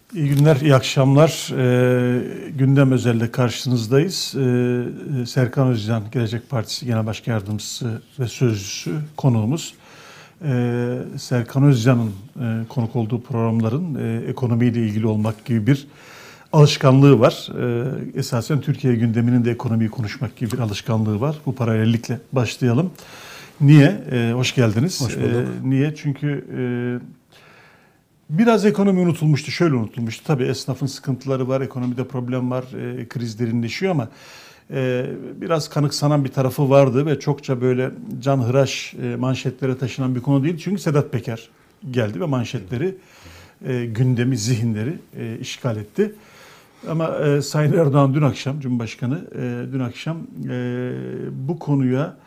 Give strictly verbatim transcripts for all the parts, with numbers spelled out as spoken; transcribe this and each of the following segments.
İyi günler, iyi akşamlar. Ee, gündem özelde karşınızdayız. Ee, Serkan Özcan, Gelecek Partisi Genel Başkan Yardımcısı ve Sözcüsü konuğumuz. Ee, Serkan Özcan'ın e, konuk olduğu programların e, ekonomiyle ilgili olmak gibi bir alışkanlığı var. Ee, esasen Türkiye gündeminin de ekonomiyi konuşmak gibi bir alışkanlığı var. Bu paralellikle başlayalım. Niye? Ee, hoş geldiniz. Hoş bulduk. Ee, niye? Çünkü e, biraz ekonomi unutulmuştu, şöyle unutulmuştu. Tabii esnafın sıkıntıları var, ekonomide problem var, e, kriz derinleşiyor ama e, biraz kanıksanan bir tarafı vardı ve çokça böyle canhıraş e, manşetlere taşınan bir konu değil. Çünkü Sedat Peker geldi ve manşetleri, e, gündemi, zihinleri e, işgal etti. Ama e, Sayın Erdoğan dün akşam, Cumhurbaşkanı e, dün akşam e, bu konuya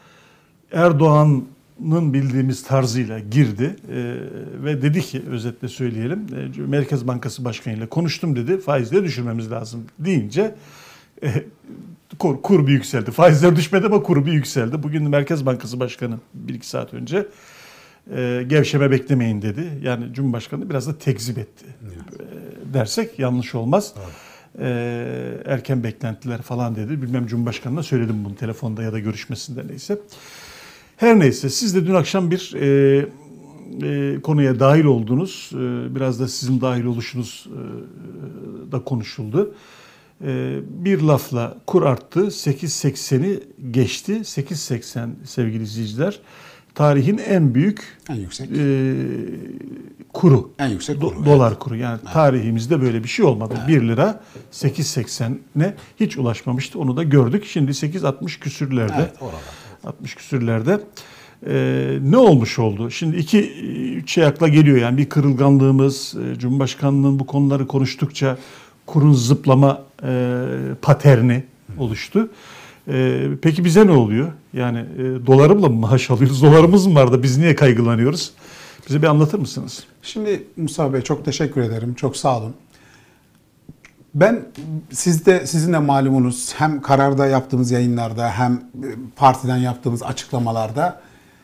Erdoğan'ın bildiğimiz tarzıyla girdi e, ve dedi ki, özetle söyleyelim, e, Merkez Bankası Başkanı ile konuştum dedi, faizleri düşürmemiz lazım deyince e, kur, kur bir yükseldi. Faizler düşmedi ama kur bir yükseldi. Bugün Merkez Bankası Başkanı bir iki saat önce e, gevşeme beklemeyin dedi. Yani Cumhurbaşkanı biraz da tekzip etti evet. e, dersek yanlış olmaz. Evet. E, erken beklentiler falan dedi. Bilmem Cumhurbaşkanı'na söyledim bunu telefonda ya da görüşmesinde neyse. Her neyse siz de dün akşam bir e, e, konuya dahil oldunuz. E, biraz da sizin dahil oluşunuz e, da konuşuldu. E, bir lafla kur arttı. sekiz sekseni geçti. sekiz seksen sevgili izleyiciler. Tarihin en büyük en yüksek e, kuru. En yüksek kuru. Do, dolar kuru. Yani evet. Tarihimizde böyle bir şey olmadı. Evet. bir lira sekiz seksene hiç ulaşmamıştı. Onu da gördük. Şimdi sekiz altmış küsürlerde. Evet, orada. altmış küsürlerde ee, ne olmuş oldu? Şimdi iki üç şey akla geliyor. Yani bir kırılganlığımız, e, Cumhurbaşkanı'nın bu konuları konuştukça kurun zıplama e, paterni oluştu. E, peki bize ne oluyor? Yani e, dolarımla mı maaş alıyoruz? Dolarımız mı var da biz niye kaygılanıyoruz? Bize bir anlatır mısınız? Şimdi Musa Bey çok teşekkür ederim. Çok sağ olun. Ben sizde sizin de malumunuz hem kararda yaptığımız yayınlarda hem partiden yaptığımız açıklamalarda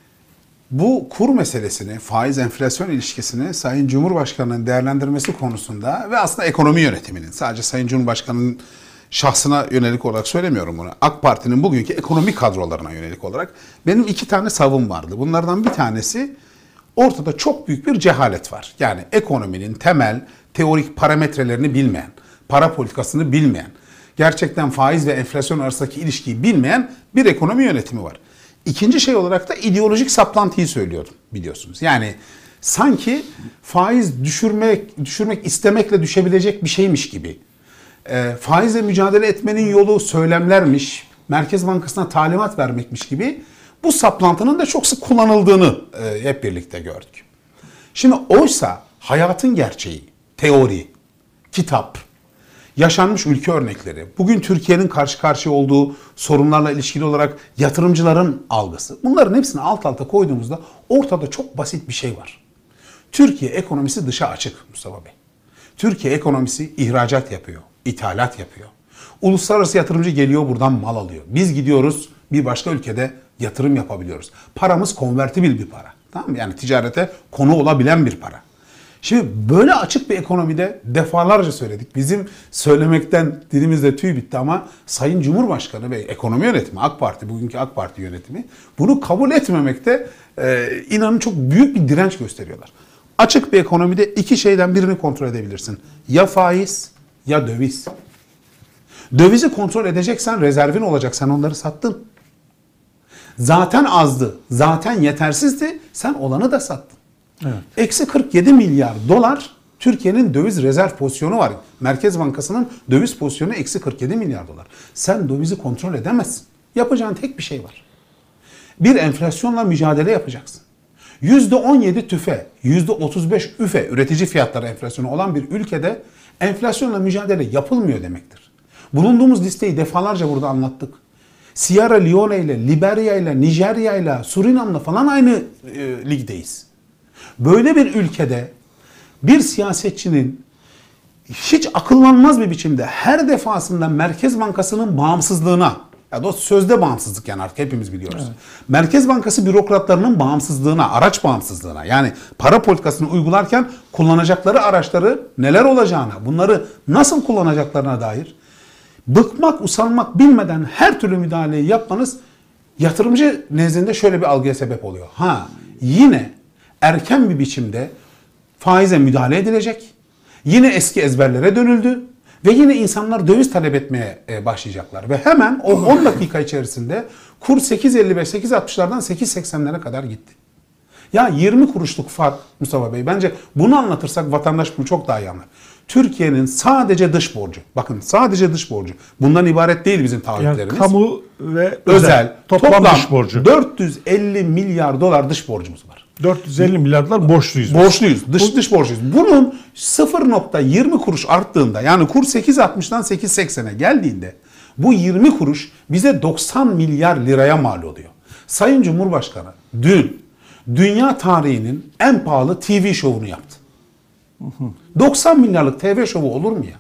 bu kur meselesini, faiz enflasyon ilişkisini Sayın Cumhurbaşkanı'nın değerlendirmesi konusunda ve aslında ekonomi yönetiminin, sadece Sayın Cumhurbaşkanı'nın şahsına yönelik olarak söylemiyorum bunu. AK Parti'nin bugünkü ekonomi kadrolarına yönelik olarak benim iki tane savım vardı. Bunlardan bir tanesi, ortada çok büyük bir cehalet var. Yani ekonominin temel teorik parametrelerini bilmeyen, para politikasını bilmeyen, gerçekten faiz ve enflasyon arasındaki ilişkiyi bilmeyen bir ekonomi yönetimi var. İkinci şey olarak da ideolojik saplantıyı söylüyordum biliyorsunuz. Yani sanki faiz düşürmek, düşürmek istemekle düşebilecek bir şeymiş gibi. E, faizle mücadele etmenin yolu söylemlermiş, Merkez Bankası'na talimat vermekmiş gibi bu saplantının da çok sık kullanıldığını e, hep birlikte gördük. Şimdi oysa hayatın gerçeği, teori, kitap, yaşanmış ülke örnekleri, bugün Türkiye'nin karşı karşıya olduğu sorunlarla ilişkili olarak yatırımcıların algısı, bunların hepsini alt alta koyduğumuzda ortada çok basit bir şey var. Türkiye ekonomisi dışa açık Mustafa Bey. Türkiye ekonomisi ihracat yapıyor, ithalat yapıyor. Uluslararası yatırımcı geliyor buradan mal alıyor. Biz gidiyoruz bir başka ülkede yatırım yapabiliyoruz. Paramız konvertibil bir para. Tamam mı? Yani ticarete konu olabilen bir para. Şimdi böyle açık bir ekonomide defalarca söyledik. Bizim söylemekten dilimizde tüy bitti ama Sayın Cumhurbaşkanı ve ekonomi yönetimi, AK Parti, bugünkü AK Parti yönetimi bunu kabul etmemekte e, inanın çok büyük bir direnç gösteriyorlar. Açık bir ekonomide iki şeyden birini kontrol edebilirsin. Ya faiz ya döviz. Dövizi kontrol edeceksen rezervin olacak. Sen onları sattın. Zaten azdı, zaten yetersizdi. Sen olanı da sattın. Evet. Eksi kırk yedi milyar dolar Türkiye'nin döviz rezerv pozisyonu var. Merkez Bankası'nın döviz pozisyonu eksi kırk yedi milyar dolar. Sen dövizi kontrol edemezsin. Yapacağın tek bir şey var. Bir enflasyonla mücadele yapacaksın. yüzde on yedi tüfe, yüzde otuz beş üfe üretici fiyatları enflasyonu olan bir ülkede enflasyonla mücadele yapılmıyor demektir. Bulunduğumuz listeyi defalarca burada anlattık. Sierra Leone ile, Liberya ile, Nijerya ile, Surinam'la falan aynı e, ligdeyiz. Böyle bir ülkede bir siyasetçinin hiç akıllanmaz bir biçimde her defasında Merkez Bankası'nın bağımsızlığına, Ya da sözde bağımsızlık yani artık hepimiz biliyoruz. Evet. Merkez Bankası bürokratlarının bağımsızlığına, araç bağımsızlığına yani para politikasını uygularken kullanacakları araçları neler olacağına, bunları nasıl kullanacaklarına dair bıkmak, usanmak bilmeden her türlü müdahaleyi yapmanız yatırımcı nezdinde şöyle bir algıya sebep oluyor. Ha, yine erken bir biçimde faize müdahale edilecek. Yine eski ezberlere dönüldü. Ve yine insanlar döviz talep etmeye başlayacaklar. Ve hemen o on dakika içerisinde kur sekiz elli beş sekiz altmışlardan sekiz seksenlere kadar gitti. Ya yirmi kuruşluk fark Mustafa Bey, bence bunu anlatırsak vatandaş bunu çok daha iyi anlar. Türkiye'nin sadece dış borcu, bakın sadece dış borcu, bundan ibaret değil bizim taahhütlerimiz. Yani kamu ve özel, özel toplam, toplam dış borcu. dört yüz elli milyar dolar dış borcumuz var. dört yüz elli milyar dolar borçluyuz. Borçluyuz. Dış dış borçluyuz. Bunun sıfır nokta yirmi kuruş arttığında, yani kur sekiz altmıştan sekiz seksene geldiğinde bu yirmi kuruş bize doksan milyar liraya mal oluyor. Sayın Cumhurbaşkanı dün dünya tarihinin en pahalı T V şovunu yaptı. doksan milyarlık T V şovu olur mu ya?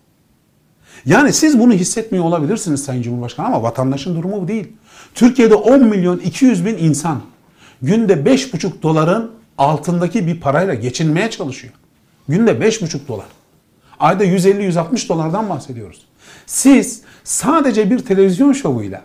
Yani siz bunu hissetmiyor olabilirsiniz Sayın Cumhurbaşkanı ama vatandaşın durumu bu değil. Türkiye'de on milyon iki yüz bin insan günde beş buçuk doların altındaki bir parayla geçinmeye çalışıyor. Günde beş buçuk dolar. Ayda yüz elli yüz altmış dolardan bahsediyoruz. Siz sadece bir televizyon şovuyla,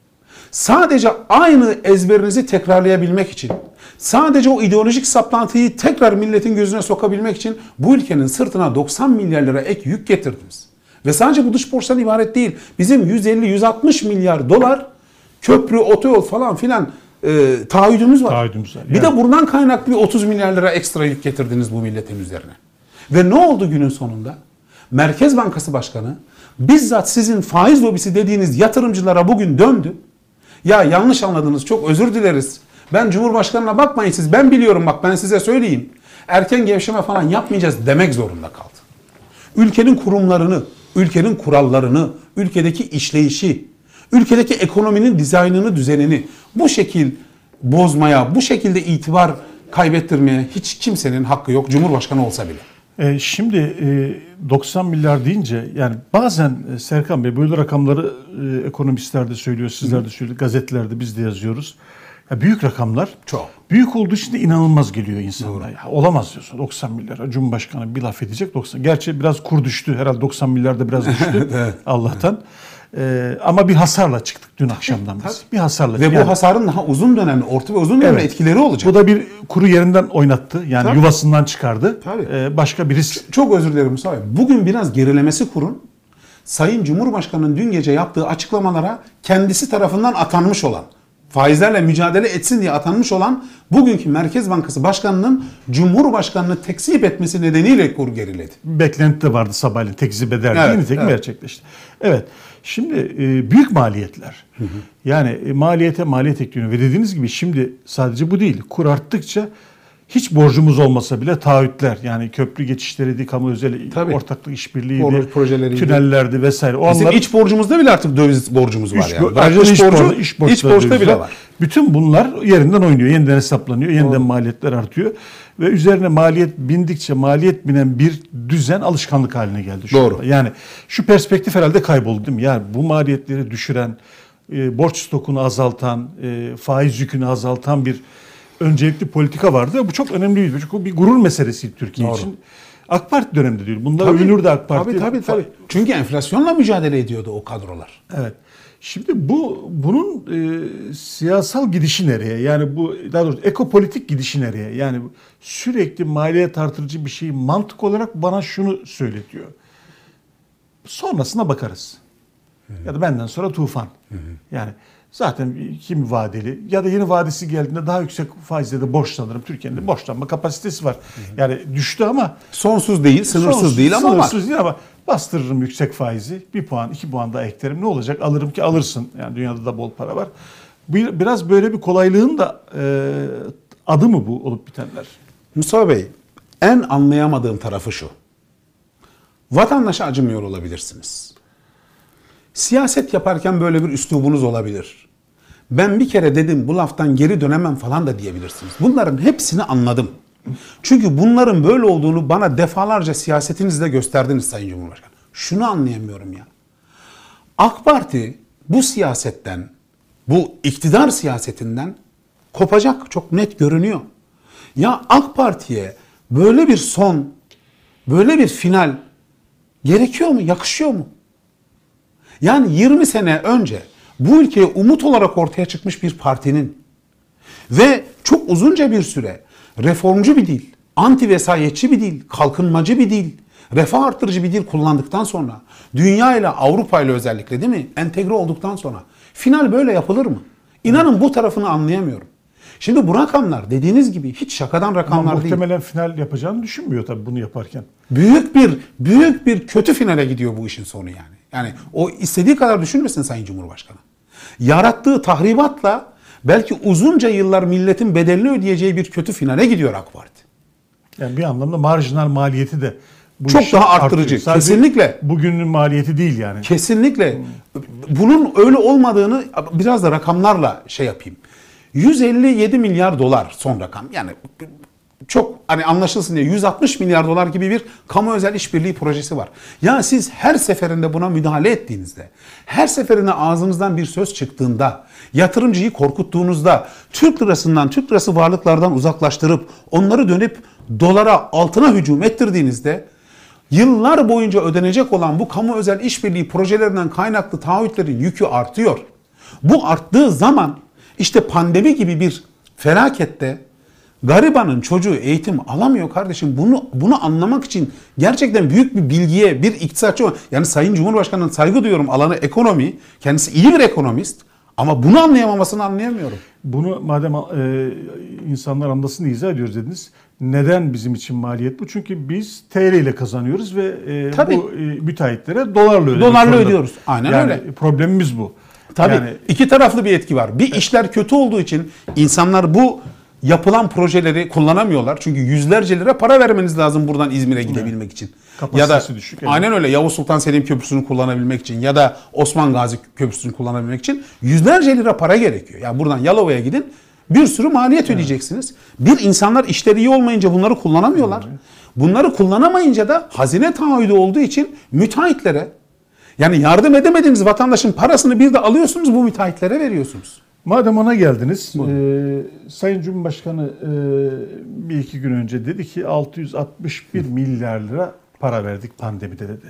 sadece aynı ezberinizi tekrarlayabilmek için, sadece o ideolojik saplantıyı tekrar milletin gözüne sokabilmek için bu ülkenin sırtına doksan milyar lira ek yük getirdiniz. Ve sadece bu dış borçtan ibaret değil. Bizim yüz elli yüz altmış milyar dolar köprü, otoyol falan filan e, taahhüdümüz var. Taahhüdümüz var. Bir yani. de buradan kaynaklı bir otuz milyar lira ekstra yük getirdiniz bu milletin üzerine. Ve ne oldu günün sonunda? Merkez Bankası Başkanı bizzat sizin faiz lobisi dediğiniz yatırımcılara bugün döndü. Ya yanlış anladınız, çok özür dileriz. Ben Cumhurbaşkanı'na bakmayın siz, ben biliyorum, bak ben size söyleyeyim. Erken gevşeme falan yapmayacağız demek zorunda kaldı. Ülkenin kurumlarını, ülkenin kurallarını, ülkedeki işleyişi, ülkedeki ekonominin dizaynını, düzenini bu şekil bozmaya, bu şekilde itibar kaybettirmeye hiç kimsenin hakkı yok, Cumhurbaşkanı olsa bile. E, şimdi e, doksan milyar deyince yani bazen e, Serkan Bey böyle rakamları e, ekonomistler de söylüyor, sizler de söylüyor, gazetelerde biz de yazıyoruz. Ya büyük rakamlar. Çok. Büyük olduğu için de inanılmaz geliyor insanlara. Ya, olamaz diyorsun doksan milyar. Cumhurbaşkanı bir laf edecek doksan. Gerçi biraz kur düştü. Herhalde doksan milyar da biraz düştü. Evet. Allah'tan. Ee, ama bir hasarla çıktık dün akşamdan biz. Tabii. Bir hasarla. Ve yani, bu hasarın daha uzun dönemli, orta ve uzun dönemli evet, etkileri olacak. Bu da bir kuru yerinden oynattı. Yani tabii, yuvasından çıkardı. Tabii. Ee, başka bir risk. Çok özür dilerim Mustafa Bey. Bugün biraz gerilemesi kurun. Sayın Cumhurbaşkanı'nın dün gece yaptığı açıklamalara kendisi tarafından atanmış olan, faizlerle mücadele etsin diye atanmış olan bugünkü Merkez Bankası Başkanı'nın Cumhurbaşkanı'nı tekzip etmesi nedeniyle kur geriledi. Beklenti de vardı sabahleyin tekzip eder diye, evet, nitekim evet. gerçekleşti. Evet. Şimdi e, büyük maliyetler. Hı hı. Yani e, maliyete maliyet ekleniyor ve dediğiniz gibi şimdi sadece bu değil. Kur arttıkça hiç borcumuz olmasa bile taahhütler, yani köprü geçişleriydi, kamu özel Tabii. ortaklık işbirliğiydi, tünellerdi vesaire. O Bizim anlar, iç borcumuzda bile artık döviz borcumuz var iç, yani. Ayrıca iç, borcu, borcu, iç, borcu, iç borçta bile var. Bütün bunlar yerinden oynuyor, yeniden hesaplanıyor, yeniden Doğru. maliyetler artıyor ve üzerine maliyet bindikçe maliyet binen bir düzen alışkanlık haline geldi şu Doğru. anda. Yani şu perspektif herhalde kayboldu değil mi? Yani bu maliyetleri düşüren, e, borç stokunu azaltan, e, faiz yükünü azaltan bir öncelikli politika vardı. Bu çok önemliydi. Çünkü bir gurur meselesiydi Türkiye Doğru. için. AK Parti döneminde değil. Bunlar tabii, övünürdü AK Parti. Tabii, tabii, tabii. Çünkü enflasyonla mücadele ediyordu o kadrolar. Evet. Şimdi bu bunun e, siyasal gidişi nereye? Yani bu daha doğrusu ekopolitik gidişi nereye? Yani sürekli maliyet artırıcı bir şeyi mantık olarak bana şunu söyletiyor. Sonrasına bakarız. Hı hı. Ya da benden sonra tufan. Hı hı. Yani zaten kim vadeli ya da yeni vadesi geldiğinde daha yüksek faizle de borçlanırım. Türkiye'nin de borçlanma kapasitesi var. Hı hı. Yani düştü ama sonsuz değil, sınırsız sonsuz, değil ama sınırsız var. değil ama bastırırım yüksek faizi. Bir puan, iki puan daha eklerim. Ne olacak? Alırım ki alırsın. Yani dünyada da bol para var. Biraz böyle bir kolaylığın da e, adı mı bu olup bitenler? Mustafa Bey, en anlayamadığım tarafı şu. Vatandaşa acımıyor olabilirsiniz. Siyaset yaparken böyle bir üslubunuz olabilir. Ben bir kere dedim bu laftan geri dönemem falan da diyebilirsiniz. Bunların hepsini anladım. Çünkü bunların böyle olduğunu bana defalarca siyasetinizle gösterdiniz Sayın Cumhurbaşkanı. Şunu anlayamıyorum ya. AK Parti bu siyasetten, bu iktidar siyasetinden kopacak. Çok net görünüyor. Ya AK Parti'ye böyle bir son, böyle bir final gerekiyor mu? Yakışıyor mu? Yani yirmi sene önce bu ülkeye umut olarak ortaya çıkmış bir partinin ve çok uzunca bir süre reformcu bir dil, anti vesayetçi bir dil, kalkınmacı bir dil, refah arttırıcı bir dil kullandıktan sonra, dünya ile Avrupa ile özellikle değil mi entegre olduktan sonra final böyle yapılır mı? İnanın bu tarafını anlayamıyorum. Şimdi bu rakamlar dediğiniz gibi hiç şakadan rakamlar Ama değil. muhtemelen final yapacağını düşünmüyor tabii bunu yaparken. Büyük bir büyük bir kötü finale gidiyor bu işin sonu yani. Yani o istediği kadar düşünmesin Sayın Cumhurbaşkanı. Yarattığı tahribatla belki uzunca yıllar milletin bedelini ödeyeceği bir kötü finale gidiyor AK Parti. Yani bir anlamda marjinal maliyeti de bu Çok işin daha arttırıcı. artıyor. Sadece Kesinlikle. bugünün maliyeti değil yani. Kesinlikle. Bunun öyle olmadığını biraz da rakamlarla şey yapayım. yüz elli yedi milyar dolar son rakam. Yani çok hani anlaşılsın diye yüz altmış milyar dolar gibi bir kamu özel işbirliği projesi var. Ya siz her seferinde buna müdahale ettiğinizde, her seferinde ağzınızdan bir söz çıktığında, yatırımcıyı korkuttuğunuzda, Türk lirasından, Türk lirası varlıklardan uzaklaştırıp onları dönüp dolara, altına hücum ettirdiğinizde yıllar boyunca ödenecek olan bu kamu özel işbirliği projelerinden kaynaklı taahhütlerin yükü artıyor. Bu arttığı zaman işte pandemi gibi bir felakette garibanın çocuğu eğitim alamıyor kardeşim. Bunu bunu anlamak için gerçekten büyük bir bilgiye, bir iktisatçı, yani Sayın Cumhurbaşkanı'nın saygı duyuyorum, alanı ekonomi. Kendisi iyi bir ekonomist ama bunu anlayamamasını anlayamıyorum. Bunu madem e, insanlar anlasın diye izah ediyoruz dediniz. Neden bizim için maliyet bu? Çünkü biz T L ile kazanıyoruz ve e, Tabii. bu e, müteahhitlere dolarla ödedik. Dolarla zorunda. ödüyoruz. Aynen yani öyle. Problemimiz bu. Tabii Yani, iki taraflı bir etki var. Bir işler kötü olduğu için insanlar bu yapılan projeleri kullanamıyorlar. Çünkü yüzlerce lira para vermeniz lazım buradan İzmir'e gidebilmek için. Kapasitesi Ya da düşük, evet. aynen öyle Yavuz Sultan Selim Köprüsü'nü kullanabilmek için ya da Osman Gazi Köprüsü'nü kullanabilmek için yüzlerce lira para gerekiyor. Yani buradan Yalova'ya gidin, bir sürü maliyet evet. ödeyeceksiniz. Bir insanlar işleri iyi olmayınca bunları kullanamıyorlar. Evet. Bunları kullanamayınca da hazine taahhüdü olduğu için müteahhitlere, yani yardım edemediğiniz vatandaşın parasını bir de alıyorsunuz, bu müteahhitlere veriyorsunuz. Madem ona geldiniz, e, Sayın Cumhurbaşkanı e, bir iki gün önce dedi ki altı yüz altmış bir milyar lira para verdik pandemide dedi.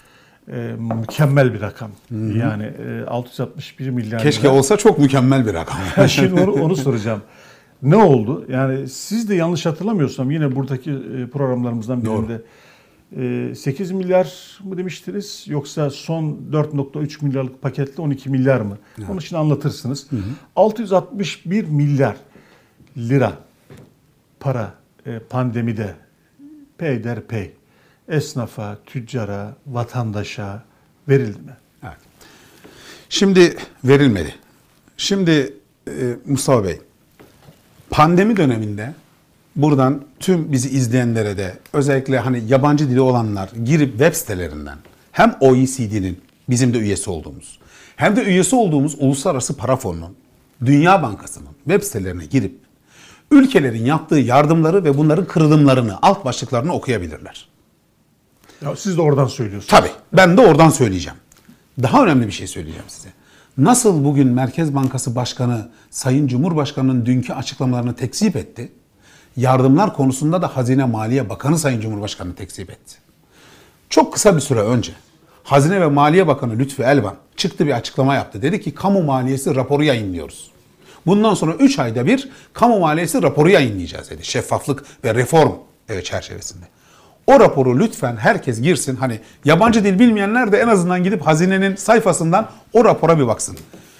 E, mükemmel bir rakam. Hı hı. Yani e, altı yüz altmış bir milyar Keşke lira. olsa çok mükemmel bir rakam. Şimdi onu, onu soracağım. Ne oldu? Yani siz de yanlış hatırlamıyorsam yine buradaki programlarımızdan birinde Doğru. sekiz milyar mı demiştiniz yoksa son dört nokta üç milyarlık paketle on iki milyar mı? Evet. Onun için anlatırsınız. Hı hı. altı yüz altmış bir milyar lira para pandemide peyderpey esnafa, tüccara, vatandaşa verildi mi? Evet. Şimdi verilmedi. Şimdi e, Mustafa Bey, pandemi döneminde buradan tüm bizi izleyenlere de özellikle hani yabancı dili olanlar girip web sitelerinden hem O E C D'nin bizim de üyesi olduğumuz hem de üyesi olduğumuz Uluslararası Para Fonu'nun, Dünya Bankası'nın web sitelerine girip ülkelerin yaptığı yardımları ve bunların kırılımlarını, alt başlıklarını okuyabilirler. Ya siz de oradan söylüyorsunuz. Tabii. Ben de oradan söyleyeceğim. Daha önemli bir şey söyleyeceğim size. Nasıl bugün Merkez Bankası Başkanı Sayın Cumhurbaşkanı'nın dünkü açıklamalarını tekzip etti, yardımlar konusunda da Hazine Maliye Bakanı Sayın Cumhurbaşkanı tekzip etti. Çok kısa bir süre önce Hazine ve Maliye Bakanı Lütfü Elvan çıktı, bir açıklama yaptı. Dedi ki kamu maliyesi raporu yayınlıyoruz. Bundan sonra üç ayda bir kamu maliyesi raporu yayınlayacağız dedi. Şeffaflık ve reform çerçevesinde. O raporu lütfen herkes girsin. Hani yabancı dil bilmeyenler de en azından gidip hazinenin sayfasından o rapora bir baksın.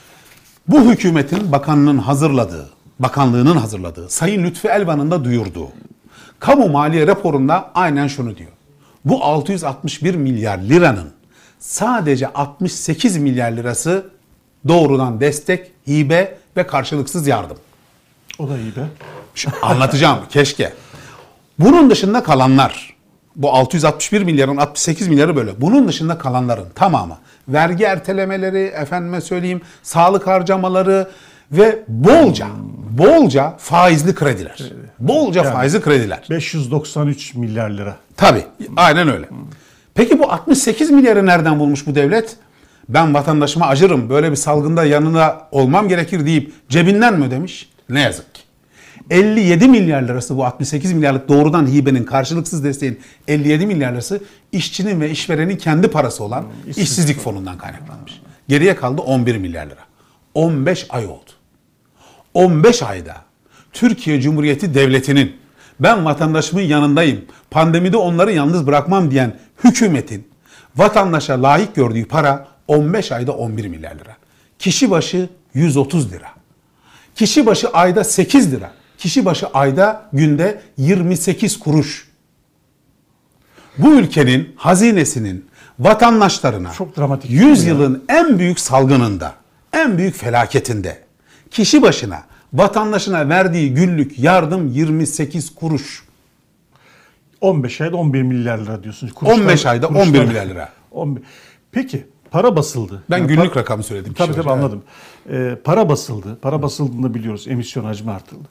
Bu hükümetin bakanının hazırladığı, bakanlığının hazırladığı, Sayın Lütfü Elvan'ın da duyurduğu kamu maliye raporunda aynen şunu diyor. Bu altı yüz altmış bir milyar liranın sadece altmış sekiz milyar lirası doğrudan destek, hibe ve karşılıksız yardım. O da iyi be. Şimdi anlatacağım keşke. Bunun dışında kalanlar, bu altı yüz altmış bir milyarın altmış sekiz milyarı böyle. Bunun dışında kalanların tamamı vergi ertelemeleri, efendime söyleyeyim sağlık harcamaları ve bolca, bolca faizli krediler. Bolca yani, faizli krediler. beş yüz doksan üç milyar lira. Tabii, aynen öyle. Peki bu altmış sekiz milyarı nereden bulmuş bu devlet? Ben vatandaşıma acırım, böyle bir salgında yanına olmam gerekir deyip cebinden mi ödemiş? Ne yazık ki. elli yedi milyar lirası bu altmış sekiz milyarlık doğrudan hibenin, karşılıksız desteğin elli yedi milyar lirası işçinin ve işverenin kendi parası olan Hmm, işsizlik, işsizlik fonundan kaynaklanmış. Geriye kaldı on bir milyar lira. on beş ay oldu. on beş ayda Türkiye Cumhuriyeti Devleti'nin ben vatandaşımın yanındayım, pandemide onları yalnız bırakmam diyen hükümetin vatandaşa layık gördüğü para on beş ayda on bir milyar lira. Kişi başı yüz otuz lira. Kişi başı ayda sekiz lira. Kişi başı ayda günde yirmi sekiz kuruş. Bu ülkenin hazinesinin vatandaşlarına Çok dramatik. yüz yılın en büyük salgınında, en büyük felaketinde kişi başına vatandaşına verdiği günlük yardım yirmi sekiz kuruş. on beş ayda on bir milyar lira diyorsunuz. on beş ayda on bir milyar lira. on bir. Peki para basıldı. Ben Yani günlük par- rakamı söyledim. Tabii kişi tabii başı. anladım. Ee, para basıldı. Para basıldığını biliyoruz. Emisyon hacmi artırıldı.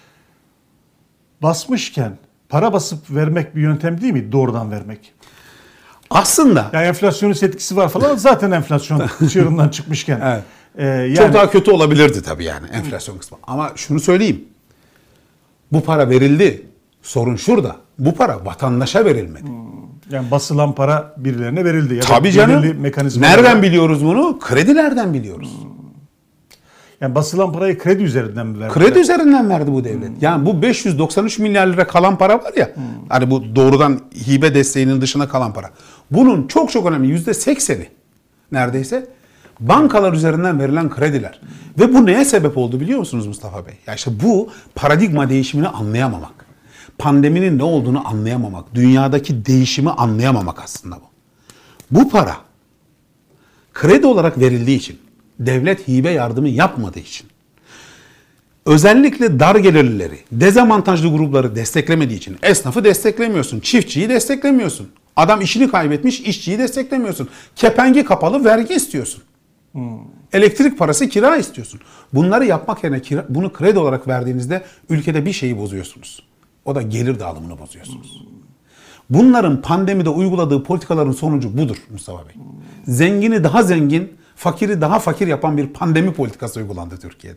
Basmışken para basıp vermek bir yöntem değil mi? Doğrudan vermek. Aslında Yani enflasyonist etkisi var falan. Zaten enflasyon çığırından çıkmışken. Evet. Ee, yani, çok daha kötü olabilirdi tabii yani enflasyon kısmı. Ama şunu söyleyeyim. Bu para verildi. Sorun şurada. Bu para vatandaşa verilmedi. yani basılan para birilerine verildi. Ya da Tabii belirli canım. mekanizmalar Nereden var. biliyoruz bunu? Kredilerden biliyoruz. Yani basılan parayı kredi üzerinden mi verdiler? Kredi üzerinden verdi bu devlet. Yani bu beş yüz doksan üç milyar lira kalan para var ya. Hani bu doğrudan hibe desteğinin dışına kalan para. Bunun çok çok önemli yüzde sekseni neredeyse bankalar üzerinden verilen krediler. Ve bu neye sebep oldu biliyor musunuz Mustafa Bey? Ya işte bu paradigma değişimini anlayamamak. Pandeminin ne olduğunu anlayamamak. Dünyadaki değişimi anlayamamak aslında bu. Bu para kredi olarak verildiği için, devlet hibe yardımı yapmadığı için, özellikle dar gelirlileri, dezavantajlı grupları desteklemediği için, esnafı desteklemiyorsun, çiftçiyi desteklemiyorsun. Adam işini kaybetmiş, işçiyi desteklemiyorsun. Kepengi kapalı, vergi istiyorsun. Hmm. Elektrik parası, kira istiyorsun. Bunları yapmak yerine kira, bunu kredi olarak verdiğinizde ülkede bir şeyi bozuyorsunuz. O da gelir dağılımını bozuyorsunuz. Bunların pandemide uyguladığı politikaların sonucu budur Mustafa Bey. Zengini daha zengin, fakiri daha fakir yapan bir pandemi politikası uygulandı Türkiye'de.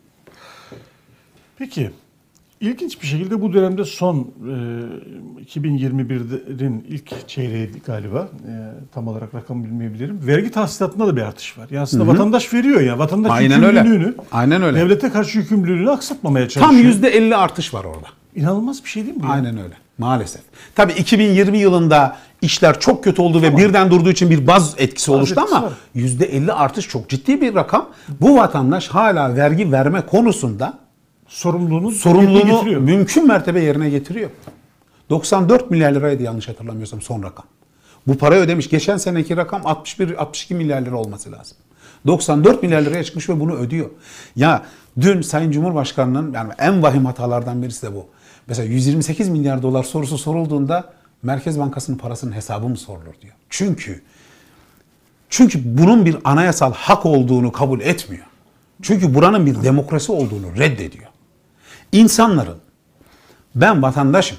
Peki, ilginç bir şekilde bu dönemde son e, iki bin yirmi birin ilk çeyreği galiba, e, tam olarak rakam bilmeyebilirim. Vergi tahsilatında da bir artış var. Yani aslında hı hı. vatandaş veriyor ya, vatandaş Aynen yükümlülüğünü, öyle. Aynen öyle. devlete karşı yükümlülüğünü aksatmamaya çalışıyor. Tam yüzde elli artış var orada. İnanılmaz bir şey değil mi? Aynen öyle. Maalesef. Tabii iki bin yirmi yılında işler çok kötü oldu tamam. ve birden durduğu için bir baz etkisi baz oluştu etkisi ama yüzde elli artış çok ciddi bir rakam. Bu vatandaş hala vergi verme konusunda sorumluluğunu, sorumluluğunu mümkün mertebe yerine getiriyor. doksan dört milyar liraydı yanlış hatırlamıyorsam son rakam. Bu parayı ödemiş. Geçen seneki rakam altmış bir altmış iki milyar lira olması lazım. doksan dört milyar liraya çıkmış ve bunu ödüyor. Ya dün Sayın Cumhurbaşkanı'nın yani en vahim hatalardan birisi de bu. Mesela yüz yirmi sekiz milyar dolar sorusu sorulduğunda Merkez Bankası'nın parasının hesabı mı sorulur diyor. Çünkü çünkü bunun bir anayasal hak olduğunu kabul etmiyor. Çünkü buranın bir demokrasi olduğunu reddediyor. İnsanların ben vatandaşım.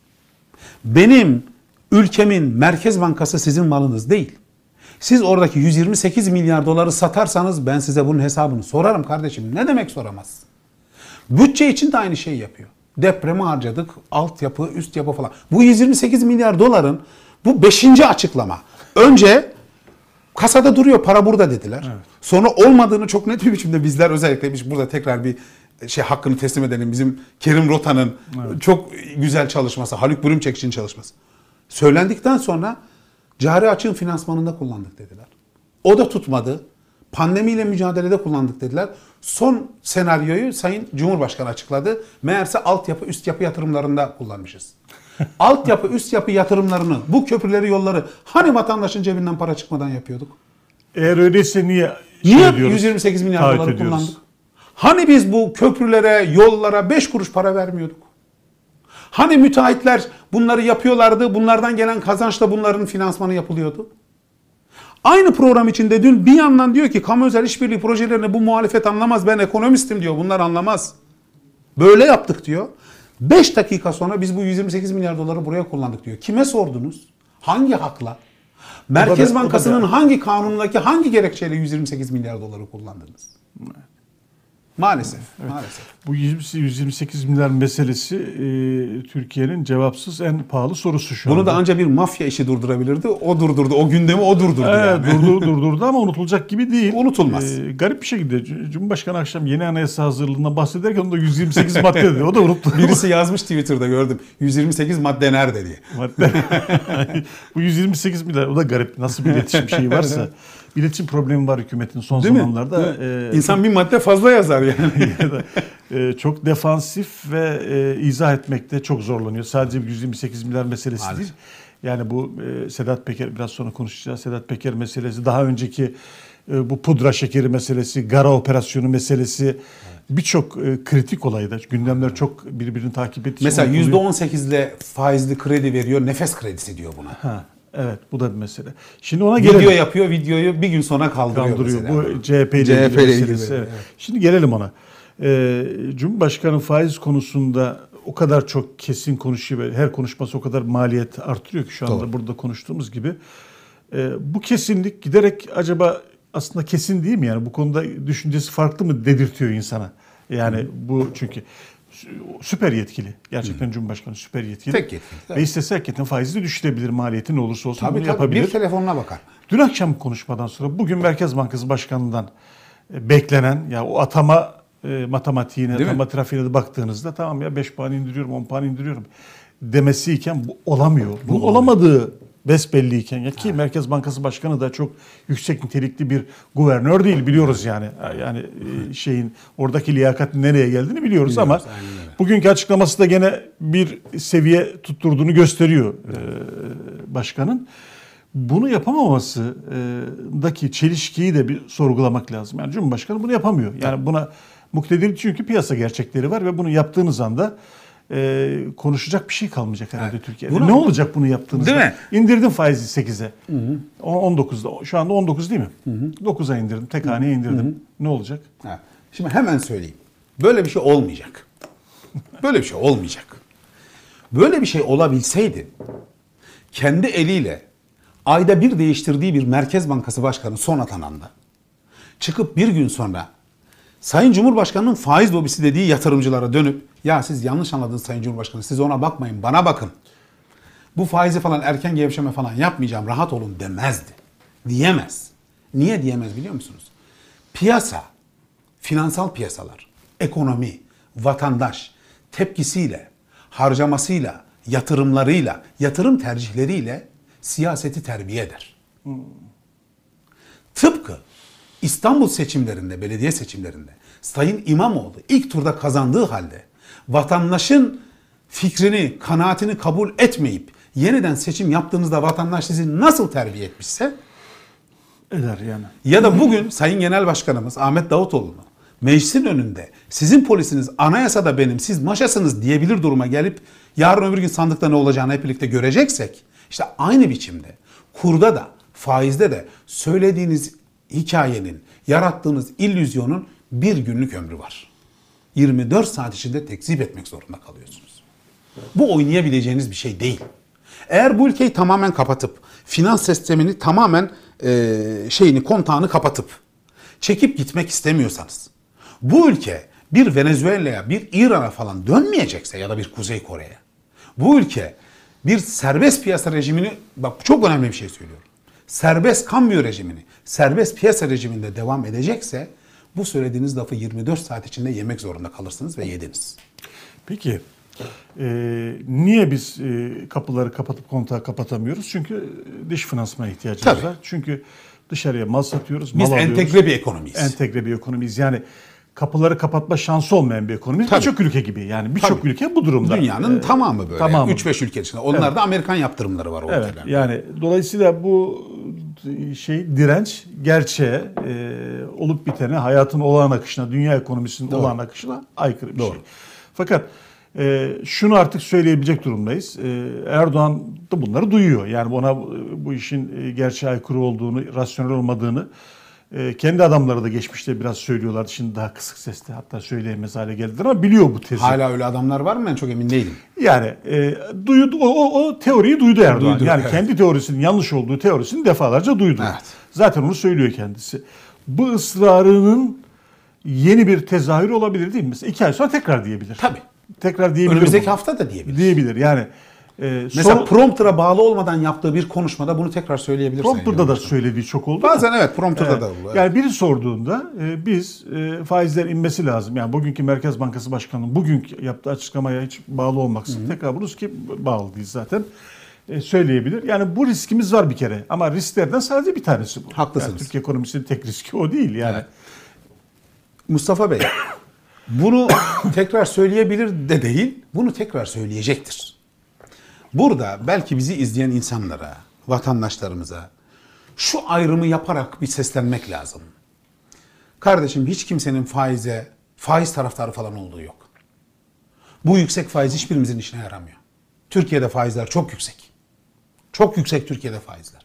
Benim ülkemin Merkez Bankası sizin malınız değil. Siz oradaki yüz yirmi sekiz milyar doları satarsanız ben size bunun hesabını sorarım kardeşim. Ne demek soramazsın? Bütçe için de aynı şeyi yapıyor. Depreme harcadık, altyapı, üst yapı falan. Bu yüz yirmi sekiz milyar doların bu beşinci açıklama. Önce kasada duruyor, para burada dediler. Evet. Sonra olmadığını çok net bir biçimde bizler özellikle biz burada tekrar bir şey hakkını teslim edelim. Bizim Kerim Rota'nın evet. çok güzel çalışması, Haluk Bürümçekçi'nin çalışması. Söylendikten sonra cari açığın finansmanında kullandık dediler. O da tutmadı. Pandemiyle mücadelede kullandık dediler. Son senaryoyu Sayın Cumhurbaşkanı açıkladı. Meğerse altyapı, üst yapı yatırımlarında kullanmışız. Altyapı, üst yapı yatırımlarını, bu köprüleri, yolları hani vatandaşın cebinden para çıkmadan yapıyorduk? Eğer öyleyse niye Niye yüz yirmi sekiz milyar doları kullandık? Hani biz bu köprülere, yollara beş kuruş para vermiyorduk? Hani müteahhitler bunları yapıyorlardı, bunlardan gelen kazançla bunların finansmanı yapılıyordu? Aynı program içinde dün bir yandan diyor ki kamu özel işbirliği projelerini bu muhalefet anlamaz, ben ekonomistim diyor, bunlar anlamaz. Böyle yaptık diyor. beş dakika sonra biz bu yüz yirmi sekiz milyar doları buraya kullandık diyor. Kime sordunuz? Hangi hakla? Merkez O da- o da Bankası'nın değerli. hangi kanunundaki hangi gerekçeyle yüz yirmi sekiz milyar doları kullandınız? Maalesef, maalesef. Bu yüz yirmi sekiz milyar meselesi e, Türkiye'nin cevapsız en pahalı sorusu şu Bunu anda. da ancak bir mafya işi durdurabilirdi. O durdurdu. O gündemi o durdurdu Evet, yani. durdu, durdurdu ama unutulacak gibi değil. Unutulmaz. Ee, garip bir şekilde Cumhurbaşkanı akşam yeni anayasa hazırlığından bahsederken onda yüz yirmi sekiz madde dedi. O da unuttu. Birisi yazmış Twitter'da gördüm. yüz yirmi sekiz madde nerede diye. Madde. Bu yüz yirmi sekiz milyar o da garip. Nasıl bir iletişim şeyi varsa. Bir iletişim problemi var hükümetin son Değil mi? zamanlarda. Değil mi? Ee, İnsan bir madde fazla yazar yani. ya da, e, çok defansif ve e, izah etmekte çok zorlanıyor. Sadece bir yüz yirmi sekiz milyar meselesi Maalesef. değil. Yani bu e, Sedat Peker, biraz sonra konuşacağız. Sedat Peker meselesi, daha önceki e, bu pudra şekeri meselesi, Gara operasyonu meselesi, evet. birçok e, kritik olayda gündemler çok birbirini takip ettiği. Mesela yüzde on sekizle faizli kredi veriyor. Nefes kredisi diyor buna. Ha, evet, bu da bir mesele. Şimdi ona Video gelelim. yapıyor, videoyu bir gün sonra kaldırıyor, Kaldırıyor. mesela. Bu C H P ile C H P ilgili ile ilgili, meselesi. Evet. evet. Şimdi gelelim ona. Ee, Cumhurbaşkanı faiz konusunda o kadar çok kesin konuşuyor ve her konuşması o kadar maliyet artırıyor ki şu anda Doğru. burada konuştuğumuz gibi. Ee, bu kesinlik giderek acaba aslında kesin değil mi? Yani bu konuda düşüncesi farklı mı dedirtiyor insana? Yani Hı. bu çünkü süper yetkili. Gerçekten Hı. Cumhurbaşkanı süper yetkili. Tek yetkili. Ve istese hakikaten faizi de düşürebilir, maliyeti ne olursa olsun Tabii bunu tabii yapabilir. bir telefonuna bakar. Dün akşam konuşmadan sonra bugün Merkez Bankası Başkanı'ndan beklenen ya o atama e, matematiğine, Değil atama mi? trafiğine de baktığınızda tamam ya beş puan indiriyorum, on puan indiriyorum demesiyken bu olamıyor. Bunun Bu olamadığı besbelliyken ya ki Merkez Bankası Başkanı da çok yüksek nitelikli bir guvernör değil biliyoruz yani. Yani e, şeyin oradaki liyakatın nereye geldiğini biliyoruz, Biliyoruz, ama aynen öyle. bugünkü açıklaması da gene bir seviye tutturduğunu gösteriyor e, başkanın. Bunu yapamamasındaki çelişkiyi de bir sorgulamak lazım. Yani Cumhurbaşkanı bunu yapamıyor. Yani buna muktedir çünkü piyasa gerçekleri var ve bunu yaptığınız anda e, konuşacak bir şey kalmayacak herhalde Evet. Türkiye'de. Bunu- ne olacak bunu yaptığınızda? Değil mi? İndirdim faizi sekize. on dokuzda. Şu anda on dokuz değil mi? dokuza indirdim. Tek haneye indirdim. Ne olacak? Ha. Şimdi hemen söyleyeyim. Böyle bir şey olmayacak. Böyle bir şey olmayacak. Böyle bir şey olabilseydi kendi eliyle ayda bir değiştirdiği bir Merkez Bankası Başkanı son atananda çıkıp bir gün sonra Sayın Cumhurbaşkanı'nın faiz lobisi dediği yatırımcılara dönüp ya siz yanlış anladınız Sayın Cumhurbaşkanı, siz ona bakmayın, bana bakın. Bu faizi falan erken gevşeme falan yapmayacağım, rahat olun demezdi. Diyemez. Niye diyemez biliyor musunuz? Piyasa, finansal piyasalar, ekonomi, vatandaş tepkisiyle, harcamasıyla, yatırımlarıyla, yatırım tercihleriyle siyaseti terbiye eder. Hmm. Tıpkı İstanbul seçimlerinde, belediye seçimlerinde Sayın İmamoğlu ilk turda kazandığı halde vatandaşın fikrini, kanaatini kabul etmeyip yeniden seçim yaptığınızda vatandaş sizi nasıl terbiye etmişse Eder yani. ya da bugün Sayın Genel Başkanımız Ahmet Davutoğlu'nu meclisin önünde sizin polisiniz anayasada benim, siz maşasınız diyebilir duruma gelip yarın öbür gün sandıkta ne olacağını hep birlikte göreceksek işte aynı biçimde kurda da faizde de söylediğiniz hikayenin, yarattığınız illüzyonun bir günlük ömrü var. yirmi dört saat içinde tekzip etmek zorunda kalıyorsunuz. Bu oynayabileceğiniz bir şey değil. Eğer bu ülkeyi tamamen kapatıp, finans sistemini tamamen e, şeyini, kontağını kapatıp, çekip gitmek istemiyorsanız, bu ülke bir Venezuela'ya, bir İran'a falan dönmeyecekse ya da bir Kuzey Kore'ye, bu ülke bir serbest piyasa rejimini, bak çok önemli bir şey söylüyorum, serbest kambiyo rejimini, serbest piyasa rejiminde devam edecekse, bu söylediğiniz lafı yirmi dört saat içinde yemek zorunda kalırsınız ve yediniz. Peki e, niye biz e, kapıları kapatıp kontağı kapatamıyoruz? Çünkü dış finansmana ihtiyacımız Tabii. var. Çünkü dışarıya mal satıyoruz, Biz mal alıyoruz. entegre bir ekonomiyiz. Entegre bir ekonomiyiz. Yani kapıları kapatma şansı olmayan bir ekonomi. Tabii. Birçok ülke gibi. Yani birçok Tabii. ülke bu durumda. Dünyanın Ee, tamamı böyle. tamamı. üç beş ülke içinde. Onlarda Evet. Amerikan yaptırımları var o Evet. ülkelerde. Yani dolayısıyla bu şey direnç gerçeğe, e, olup bitene, hayatın olağan akışına, dünya ekonomisinin Doğru. olağan akışına aykırı bir Doğru. şey. Fakat e, şunu artık söyleyebilecek durumdayız. E, Erdoğan da bunları duyuyor. Yani ona bu işin e, gerçeğe aykırı olduğunu, rasyonel olmadığını E, kendi adamları da geçmişte biraz söylüyorlardı. Şimdi daha kısık sesle hatta söyleyemez hale geldiler ama biliyor bu tezi. Hala öyle adamlar var mı? Ben çok emin değilim. Yani e, duydu, o, o, o teoriyi duydu Erdoğan. Duydu, yani evet. kendi teorisinin yanlış olduğu teorisini defalarca duydu. Evet. Zaten onu söylüyor kendisi. Bu ısrarının yeni bir tezahürü olabilir değil mi? Mesela iki ay sonra tekrar diyebilir. Tabii. Tekrar diyebilir. Önümüzdeki bunu. hafta da diyebilir. Diyebilir yani. E, Mesela son, prompter'a bağlı olmadan yaptığı bir konuşmada bunu tekrar söyleyebilir. prompter'da da söylediği çok oldu. Bazen da. evet prompter'da Evet. da oluyor. Evet. Yani biri sorduğunda e, biz e, faizler inmesi lazım. Yani bugünkü Merkez Bankası Başkanı'nın bugünkü yaptığı açıklamaya hiç bağlı olmaksızın tekrar buluruz ki bağlı değil zaten. E, söyleyebilir. Yani bu riskimiz var bir kere. Ama risklerden sadece bir tanesi bu. Haklısınız. Yani Türkiye ekonomisinin tek riski o değil yani. Evet. Mustafa Bey, bunu tekrar söyleyebilir de değil, bunu tekrar söyleyecektir. Burada belki bizi izleyen insanlara, vatandaşlarımıza şu ayrımı yaparak bir seslenmek lazım. Kardeşim hiç kimsenin faize, faiz taraftarı falan olduğu yok. Bu yüksek faiz hiçbirimizin işine yaramıyor. Türkiye'de faizler çok yüksek. Çok yüksek Türkiye'de faizler.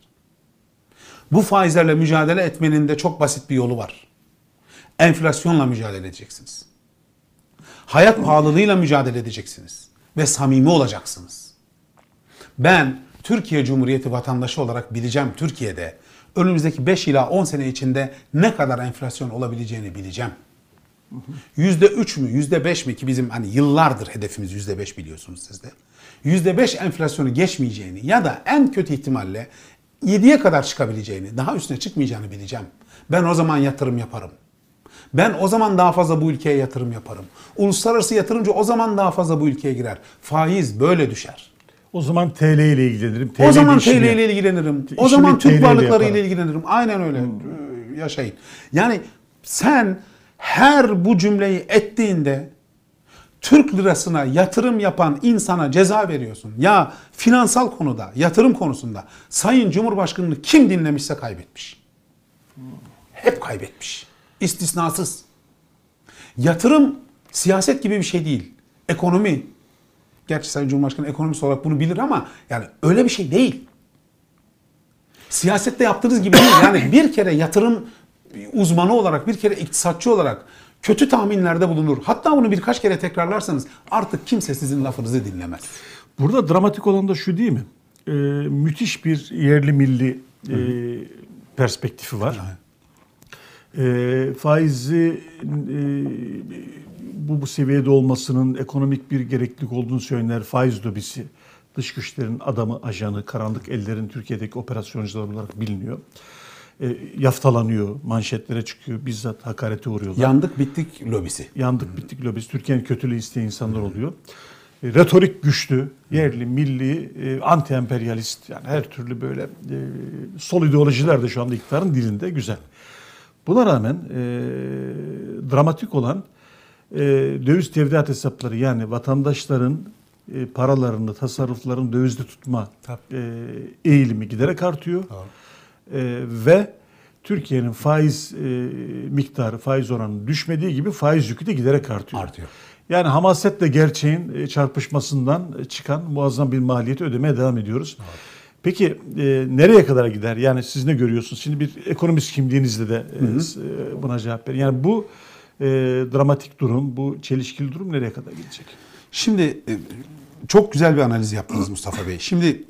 Bu faizlerle mücadele etmenin de çok basit bir yolu var. Enflasyonla mücadele edeceksiniz. Hayat pahalılığıyla mücadele edeceksiniz. Ve samimi olacaksınız. Ben Türkiye Cumhuriyeti vatandaşı olarak bileceğim Türkiye'de önümüzdeki beş ila on sene içinde ne kadar enflasyon olabileceğini bileceğim. yüzde üç mü, yüzde beş mi ki bizim hani yıllardır hedefimiz yüzde beş biliyorsunuz siz de. yüzde beş enflasyonu geçmeyeceğini ya da en kötü ihtimalle yediye kadar çıkabileceğini, daha üstüne çıkmayacağını bileceğim. Ben o zaman yatırım yaparım. Ben o zaman daha fazla bu ülkeye yatırım yaparım. Uluslararası yatırımcı o zaman daha fazla bu ülkeye girer. Faiz böyle düşer. O zaman T L ile ilgilenirim. O zaman işini- T L ile ilgilenirim. O işimi zaman T L Türk ile varlıkları ile yaparım. ilgilenirim. Aynen öyle. Ee, Yaşayın. Yani sen her bu cümleyi ettiğinde Türk lirasına yatırım yapan insana ceza veriyorsun. Ya finansal konuda, yatırım konusunda Sayın Cumhurbaşkanı'nı kim dinlemişse kaybetmiş. Hep kaybetmiş. İstisnasız. Yatırım siyaset gibi bir şey değil. Ekonomi. Gerçi Sayın Cumhurbaşkanı ekonomist olarak bunu bilir ama yani öyle bir şey değil. Siyasette yaptığınız gibi değil. Yani bir kere yatırım uzmanı olarak, bir kere iktisatçı olarak kötü tahminlerde bulunur. Hatta bunu birkaç kere tekrarlarsanız artık kimse sizin lafınızı dinlemez. Burada dramatik olan da şu değil mi? Ee, müthiş bir yerli milli e, perspektifi var. E, faizi e, bu, bu seviyede olmasının ekonomik bir gereklilik olduğunu söyleyenler faiz lobisi, dış güçlerin adamı, ajanı, karanlık ellerin Türkiye'deki operasyoncular olarak biliniyor. E, yaftalanıyor, manşetlere çıkıyor, bizzat hakarete uğruyorlar. Yandık bittik lobisi. Yandık bittik lobisi. Türkiye'nin kötülüğü isteyen insanlar oluyor. E, retorik güçlü, yerli, milli, e, anti-emperyalist yani her türlü böyle e, sol ideolojiler de şu anda iktidarın dilinde güzel. Buna rağmen e, dramatik olan e, döviz tevdiat hesapları yani vatandaşların e, paralarını, tasarruflarını dövizde tutma e, eğilimi giderek artıyor. E, ve Türkiye'nin faiz e, miktarı, faiz oranı düşmediği gibi faiz yükü de giderek artıyor. Artıyor. Yani hamasetle gerçeğin e, çarpışmasından çıkan muazzam bir maliyeti ödemeye devam ediyoruz. Evet. Peki e, nereye kadar gider? Yani siz ne görüyorsunuz? Şimdi bir ekonomist kimliğinizle de e, buna cevap verin. Yani bu e, dramatik durum, bu çelişkili durum nereye kadar gidecek? Şimdi e, çok güzel bir analiz yaptınız Mustafa Bey. Şimdi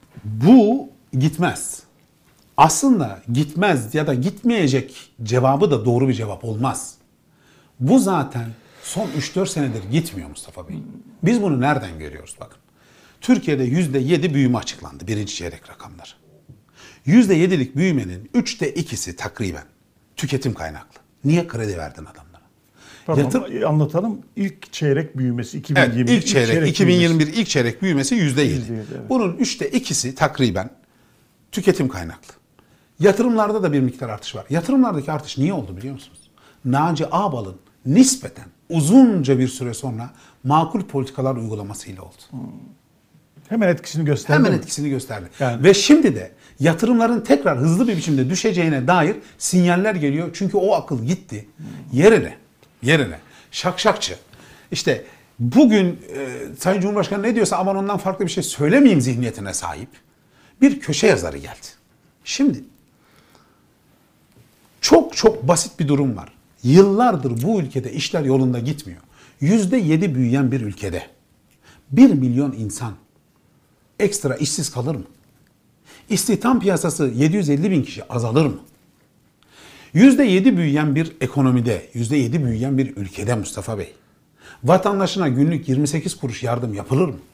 bu gitmez. Aslında gitmez ya da gitmeyecek cevabı da doğru bir cevap olmaz. Bu zaten son üç dört senedir gitmiyor Mustafa Bey. Biz bunu nereden görüyoruz bakın. Türkiye'de yüzde yedi büyüme açıklandı birinci çeyrek rakamları. yüzde yedilik büyümenin üçte ikisi takriben tüketim kaynaklı. Niye kredi verdin adamlara? Pardon, Yatır... anlatalım. İlk çeyrek büyümesi iki bin yirmi bir. Evet, ilk çeyrek, çeyrek iki bin yirmi bir büyümesi. ilk çeyrek büyümesi yüzde yedi. Evet. Bunun üçte ikisi takriben tüketim kaynaklı. Yatırımlarda da bir miktar artış var. Yatırımlardaki artış niye oldu biliyor musunuz? Naci Ağbal'ın nispeten uzunca bir süre sonra makul politikalar uygulamasıyla oldu. Hmm. Hemen etkisini gösterdi. Hemen mi? etkisini gösterdi. Yani. Ve şimdi de yatırımların tekrar hızlı bir biçimde düşeceğine dair sinyaller geliyor. Çünkü o akıl gitti. Yerine, yerine şakşakçı. İşte bugün e, Sayın Cumhurbaşkanı ne diyorsa aman ondan farklı bir şey söylemeyeyim zihniyetine sahip bir köşe yazarı geldi. Şimdi Çok çok basit bir durum var. Yıllardır bu ülkede işler yolunda gitmiyor. yüzde yedi büyüyen bir ülkede bir milyon insan ekstra işsiz kalır mı? İstihdam piyasası yedi yüz elli bin kişi azalır mı? yüzde yedi büyüyen bir ekonomide, yüzde yedi büyüyen bir ülkede Mustafa Bey, vatandaşına günlük yirmi sekiz kuruş yardım yapılır mı?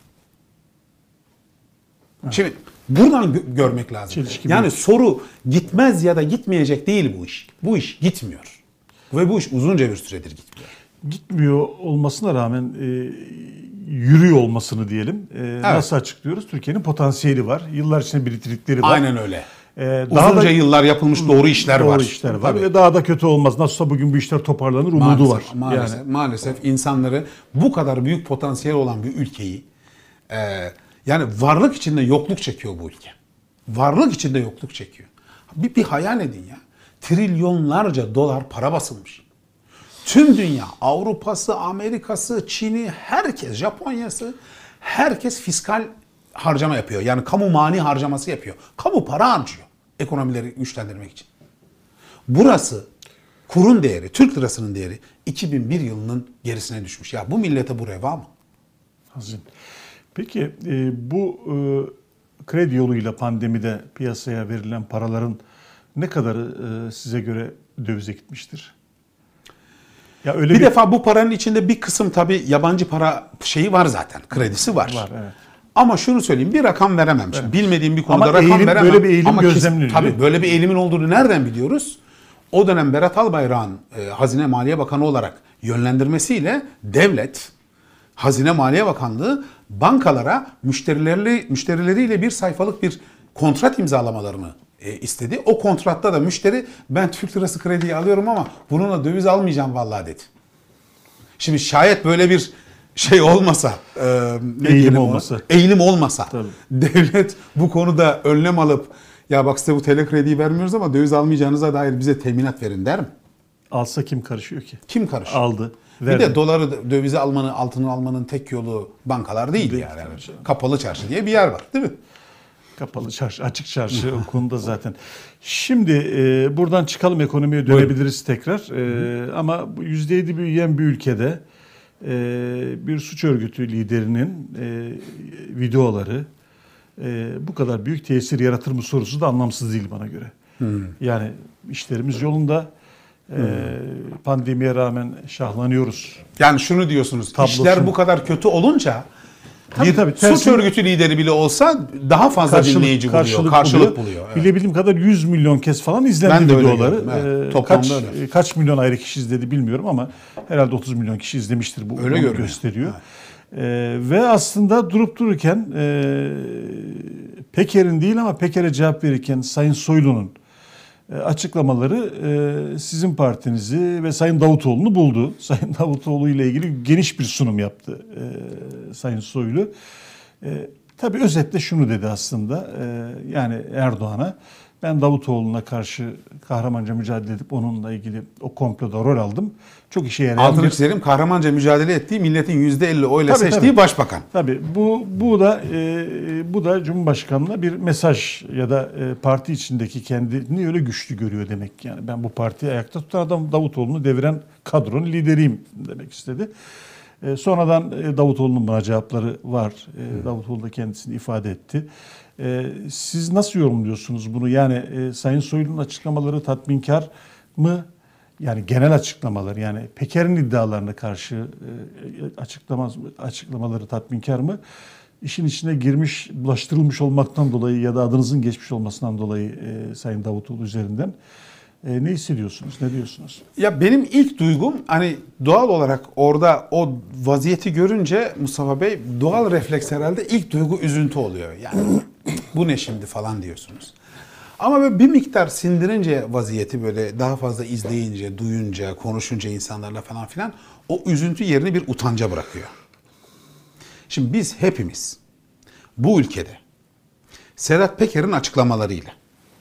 Evet. Şimdi buradan gö- görmek lazım. Çelişki yani büyük. soru gitmez ya da gitmeyecek değil bu iş. Bu iş gitmiyor. Ve bu iş uzunca bir süredir gitmiyor. Gitmiyor olmasına rağmen e, yürüyor olmasını diyelim. E, Evet. Nasıl açıklıyoruz? Türkiye'nin potansiyeli var. Yıllar içinde biriktirdikleri var. Aynen öyle. E, daha Uzunca da, yapılmış yapılmış doğru işler doğru var. işler var. Tabii. Ve daha da kötü olmaz. Nasılsa bugün bu işler toparlanır umudu Maalesef, var. Maalesef, Yani maalesef insanları bu kadar büyük potansiyel olan bir ülkeyi e, yani varlık içinde yokluk çekiyor bu ülke. Varlık içinde yokluk çekiyor. Bir, bir hayal edin ya. Trilyonlarca dolar para basılmış. Tüm dünya, Avrupa'sı, Amerika'sı, Çin'i, herkes, Japonya'sı, herkes fiskal harcama yapıyor. Yani kamu mani harcaması yapıyor. Kamu para harcıyor ekonomileri güçlendirmek için. Burası kurun değeri, Türk lirasının değeri iki bin bir yılının gerisine düşmüş. Ya bu millete bu reva mı? hazin. Peki e, bu e, kredi yoluyla pandemide piyasaya verilen paraların ne kadarı e, size göre dövize gitmiştir? Ya öyle Bir, bir, defa bu paranın içinde bir kısım tabii yabancı para şeyi var zaten. Kredisi var. var, evet. Ama şunu söyleyeyim, bir rakam veremem. Şimdi bilmediğim bir konuda Ama rakam eğilim, veremem. böyle bir eğilim Ama kesin- gözlemleniyor. Tabii böyle bir eğilimin olduğunu nereden biliyoruz? O dönem Berat Albayrak'ın e, Hazine Maliye Bakanı olarak yönlendirmesiyle devlet, Hazine Maliye Bakanlığı bankalara müşterileri, müşterileriyle bir sayfalık bir kontrat imzalamalarını e, istedi. O kontratta da müşteri ben Türk lirası krediyi alıyorum ama bununla döviz almayacağım vallahi dedi. Şimdi şayet böyle bir şey olmasa, e, ne Eğilim diyelim ona? olmasa. eğilim olmasa, Tabii. devlet bu konuda önlem alıp ya bak size bu tele krediyi vermiyoruz ama döviz almayacağınıza dair bize teminat verin der mi? alsa kim karışıyor ki? Kim karışır? Aldı, Bir verdi. de doları, dövizi almanın, altını almanın tek yolu bankalar değil, Değil yani. tabii canım. Kapalı çarşı diye bir yer var, değil mi? Kapalı çarşı, açık çarşı o konuda zaten. Şimdi e, buradan çıkalım, ekonomiye dönebiliriz tekrar. E, ama bu yüzde yedi büyüyen bir ülkede e, bir suç örgütü liderinin e, videoları e, bu kadar büyük tesir yaratır mı sorusu da anlamsız değil bana göre. Yani işlerimiz yolunda. E, pandemiye rağmen şahlanıyoruz. Yani şunu diyorsunuz, Tablosu- işler bu kadar kötü olunca Tabii, bir tabii, suç tersine- örgütü lideri bile olsa daha fazla dinleyici buluyor, karşılık buluyor. Evet. Bilebildiğim kadar yüz milyon kez falan Ben izlendi de öyle videoları. gördüm, evet. Ee, Toplamda kaç, öyle. kaç milyon ayrı kişi izledi bilmiyorum ama herhalde otuz milyon kişi izlemiştir, bu Öyle onu görünüyor. gösteriyor. Ee, ve aslında durup dururken e, Peker'in değil ama Peker'e cevap verirken Sayın Soylu'nun e, açıklamaları e, sizin partinizi ve Sayın Davutoğlu'nu buldu. Sayın Davutoğlu ile ilgili geniş bir sunum yaptı e, Sayın Soylu. E, tabii özetle şunu dedi aslında, e, yani Erdoğan'a, ben Davutoğlu'na karşı kahramanca mücadele edip onunla ilgili o komploda rol aldım. Çok işe yarayan Altını bir... çizelim, kahramanca mücadele ettiği, milletin yüzde elli oyla Tabii, seçtiği tabii. başbakan. Tabii bu bu da e, bu da Cumhurbaşkanı'na bir mesaj ya da e, parti içindeki kendini öyle güçlü görüyor demek. Yani ben bu partiyi ayakta tutan adam, Davutoğlu'nu deviren kadronun lideriyim demek istedi. E, sonradan e, Davutoğlu'nun buna cevapları var. E, Davutoğlu da kendisini ifade etti. E, siz nasıl yorumluyorsunuz bunu? Yani e, Sayın Soylu'nun açıklamaları tatminkar mı? Yani genel açıklamalar, yani Peker'in iddialarına karşı e, açıklamaz, açıklamaları tatminkar mı? İşin içine girmiş, bulaştırılmış olmaktan dolayı ya da adınızın geçmiş olmasından dolayı e, Sayın Davutoğlu üzerinden e, ne hissediyorsunuz, ne diyorsunuz? Ya benim ilk duygum, hani doğal olarak orada o vaziyeti görünce Mustafa Bey, doğal refleks herhalde ilk duygu üzüntü oluyor. Yani bu ne şimdi falan diyorsunuz. Ama böyle bir miktar sindirince vaziyeti, böyle daha fazla izleyince, duyunca, konuşunca insanlarla falan filan, o üzüntü yerini bir utanca bırakıyor. Şimdi biz hepimiz bu ülkede Sedat Peker'in açıklamalarıyla,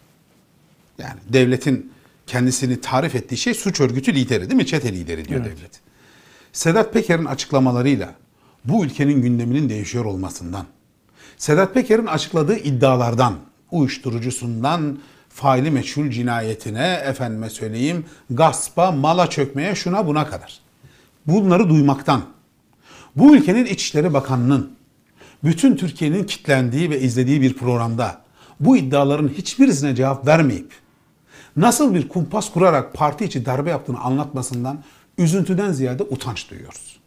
yani devletin kendisini tarif ettiği şey suç örgütü lideri değil mi? Çete lideri diyor Evet. devlet. Sedat Peker'in açıklamalarıyla bu ülkenin gündeminin değişiyor olmasından, Sedat Peker'in açıkladığı iddialardan, uyuşturucusundan faili meçhul cinayetine, efendime söyleyeyim, gaspa, mala çökmeye, şuna buna kadar. Bunları duymaktan, bu ülkenin İçişleri Bakanı'nın bütün Türkiye'nin kitlendiği ve izlediği bir programda bu iddiaların hiçbirisine cevap vermeyip nasıl bir kumpas kurarak parti içi darbe yaptığını anlatmasından üzüntüden ziyade utanç duyuyoruz.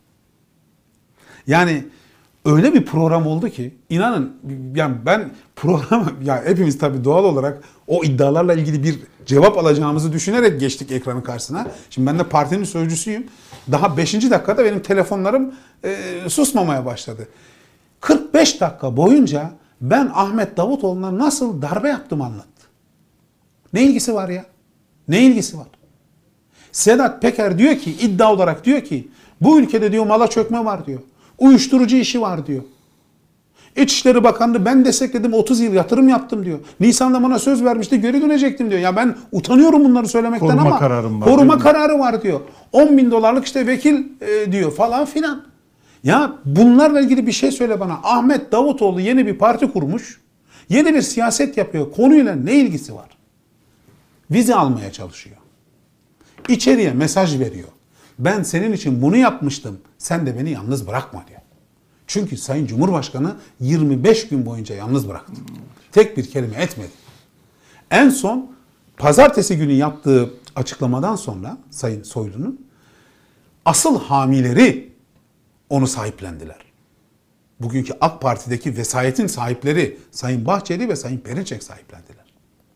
Yani öyle bir program oldu ki inanın, yani ben program, ya hepimiz tabii doğal olarak o iddialarla ilgili bir cevap alacağımızı düşünerek geçtik ekranın karşısına. Şimdi ben de partinin sözcüsüyüm. Daha beşinci dakikada benim telefonlarım e, susmamaya başladı. kırk beş dakika boyunca ben Ahmet Davutoğlu'na nasıl darbe yaptım anlattı. Ne ilgisi var ya? Ne ilgisi var? Sedat Peker diyor ki, iddia olarak diyor ki, bu ülkede diyor mala çökme var diyor. Uyuşturucu işi var diyor. İçişleri Bakanlığı ben destekledim, otuz yıl yatırım yaptım diyor. Nisan'da bana söz vermişti, geri dönecektim diyor. Ya ben utanıyorum bunları söylemekten koruma ama kararım var, koruma kararı var diyor. on bin dolarlık işte vekil e, diyor falan filan. Ya bunlarla ilgili bir şey söyle bana. Ahmet Davutoğlu yeni bir parti kurmuş. Yeni bir siyaset yapıyor. Konuyla ne ilgisi var? Vize almaya çalışıyor. İçeriye mesaj veriyor. Ben senin için bunu yapmıştım. Sen de beni yalnız bırakma diyor. Çünkü Sayın Cumhurbaşkanı yirmi beş gün boyunca yalnız bıraktı. Tek bir kelime etmedi. En son pazartesi günü yaptığı açıklamadan sonra Sayın Soylu'nun asıl hamileri onu sahiplendiler. Bugünkü AK Parti'deki vesayetin sahipleri Sayın Bahçeli ve Sayın Perinçek sahiplendiler.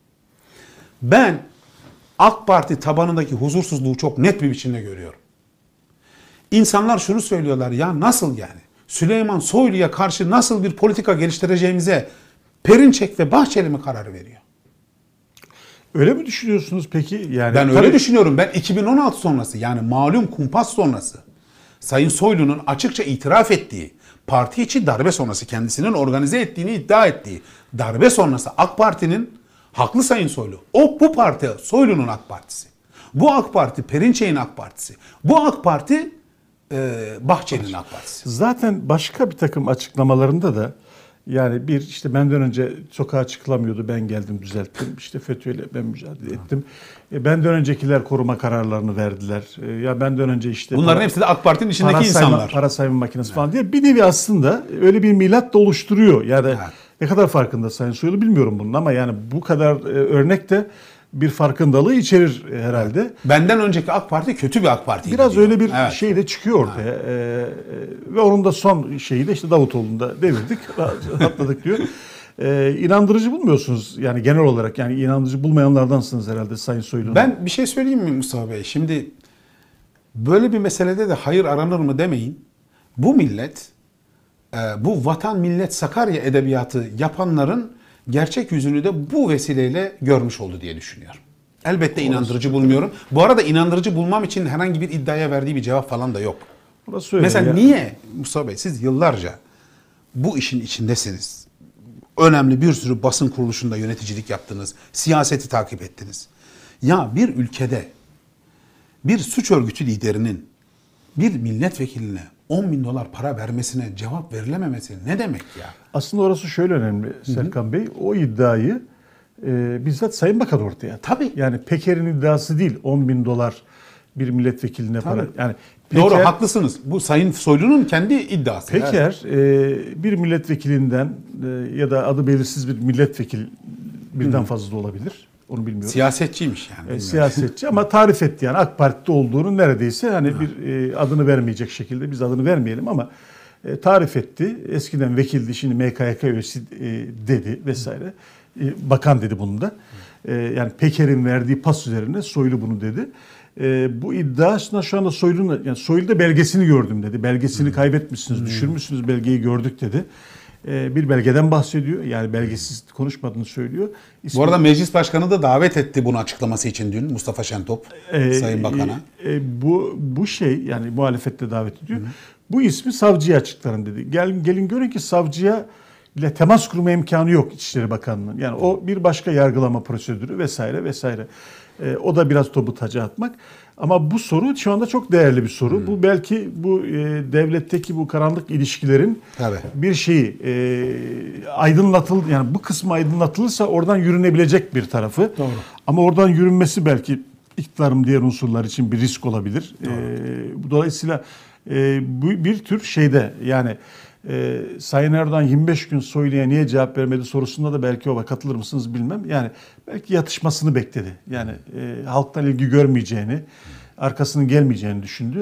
Ben AK Parti tabanındaki huzursuzluğu çok net bir biçimde görüyorum. İnsanlar şunu söylüyorlar, ya nasıl yani? Süleyman Soylu'ya karşı nasıl bir politika geliştireceğimize Perinçek ve Bahçeli mi karar veriyor? Öyle mi düşünüyorsunuz peki? Yani Ben öyle tabii, düşünüyorum. Ben iki bin on altı sonrası, yani malum kumpas sonrası Sayın Soylu'nun açıkça itiraf ettiği, parti içi darbe sonrası kendisinin organize ettiğini iddia ettiği darbe sonrası AK Parti'nin, haklı Sayın Soylu, o bu parti Soylu'nun AK Partisi. Bu AK Parti Perinçek'in AK Partisi. Bu AK Parti e, Bahçeli'nin AK Partisi. zaten başka bir takım açıklamalarında da, yani bir işte benden önce sokağa çıkılamıyordu, ben geldim düzelttim. İşte FETÖ'yle ben mücadele ettim. E, benden öncekiler koruma kararlarını verdiler. E, ya benden önce işte Bunların para, hepsi de AK Parti'nin içindeki para sayma, insanlar. para sayma makinesi falan diye bir nevi aslında öyle bir milat da oluşturuyor. Yani Evet. ne kadar farkında Sayın Soylu bilmiyorum bunun, ama yani bu kadar e, örnek de bir farkındalığı içerir e, herhalde. Benden önceki AK Parti kötü bir AK Parti. Biraz diyor. öyle bir Evet. şey de çıkıyor ortaya. Ee, e, ve onun da son şeyi de işte Davutoğlu'nu da devirdik, atladık diyor. Ee, inandırıcı bulmuyorsunuz yani genel olarak, yani inandırıcı bulmayanlardansınız herhalde Sayın Soylu'nun. Ben bir şey söyleyeyim mi Mustafa Bey? Şimdi böyle bir meselede de hayır aranır mı demeyin. Bu millet, e, bu vatan millet Sakarya edebiyatı yapanların gerçek yüzünü de bu vesileyle görmüş oldu diye düşünüyorum. Elbette inandırıcı bulmuyorum. Bu arada inandırıcı bulmam için herhangi bir iddiaya verdiği bir cevap falan da yok. Burası öyle Mesela ya. niye Mustafa Bey, siz yıllarca bu işin içindesiniz. Önemli bir sürü basın kuruluşunda yöneticilik yaptınız. Siyaseti takip ettiniz. Ya bir ülkede bir suç örgütü liderinin bir milletvekiline on bin dolar para vermesine cevap verilememesi ne demek ya? Aslında orası şöyle önemli Serkan Bey. O iddiayı e, bizzat Sayın Bakan ortaya attı. Tabii. Yani Peker'in iddiası değil on bin dolar bir milletvekiline para. Yani Doğru, Peker- haklısınız. Bu Sayın Soylu'nun kendi iddiası. Evet. Peker e, bir milletvekilinden e, ya da adı belirsiz bir milletvekil birden fazla da olabilir. Onu bilmiyorum. Siyasetçiymiş yani. E, bilmiyorum. siyasetçi ama tarif etti yani AK Parti'de olduğunu neredeyse hani bir e, adını vermeyecek şekilde, biz adını vermeyelim ama e, tarif etti. Eskiden vekildi, şimdi M K Y K üyesi e, dedi vesaire. E, bakan dedi bunu da. E, yani Peker'in verdiği pas üzerine Soylu bunu dedi. E, bu iddia aslında şu anda Soylu'nun, yani Soylu'da belgesini gördüm dedi. Belgesini kaybetmişsiniz, düşürmüşsünüz, belgeyi gördük dedi. E, bir belgeden bahsediyor. Yani belgesiz konuşmadığını söylüyor. İsmi, Bu arada Meclis Başkanı da davet etti bunu açıklaması için dün Mustafa Şentop e, Sayın Bakan'a. E, e, bu bu şey, yani muhalefette davet ediyor. Hı hı. Bu ismi savcıya açıklarım dedi. Gelin gelin görün ki savcıya bile temas kurma imkanı yok İçişleri Bakanlığı'nın. Yani o bir başka yargılama prosedürü vesaire vesaire. E, o da biraz topu taca atmak. Ama bu soru şu anda çok değerli bir soru. Hmm. Bu belki bu e, devletteki bu karanlık ilişkilerin Tabii. bir şeyi e, aydınlatıl yani bu kısmı aydınlatılırsa oradan yürünebilecek bir tarafı. Doğru. Ama oradan yürünmesi belki iktidarın diğer unsurlar için bir risk olabilir. E, dolayısıyla e, bu bir tür şeyde yani e, Sayın Erdoğan yirmi beş gün Soylu'ya niye cevap vermedi sorusunda da belki o katılır mısınız bilmem. Yani belki yatışmasını bekledi. Yani e, halktan ilgi görmeyeceğini, arkasının gelmeyeceğini düşündü.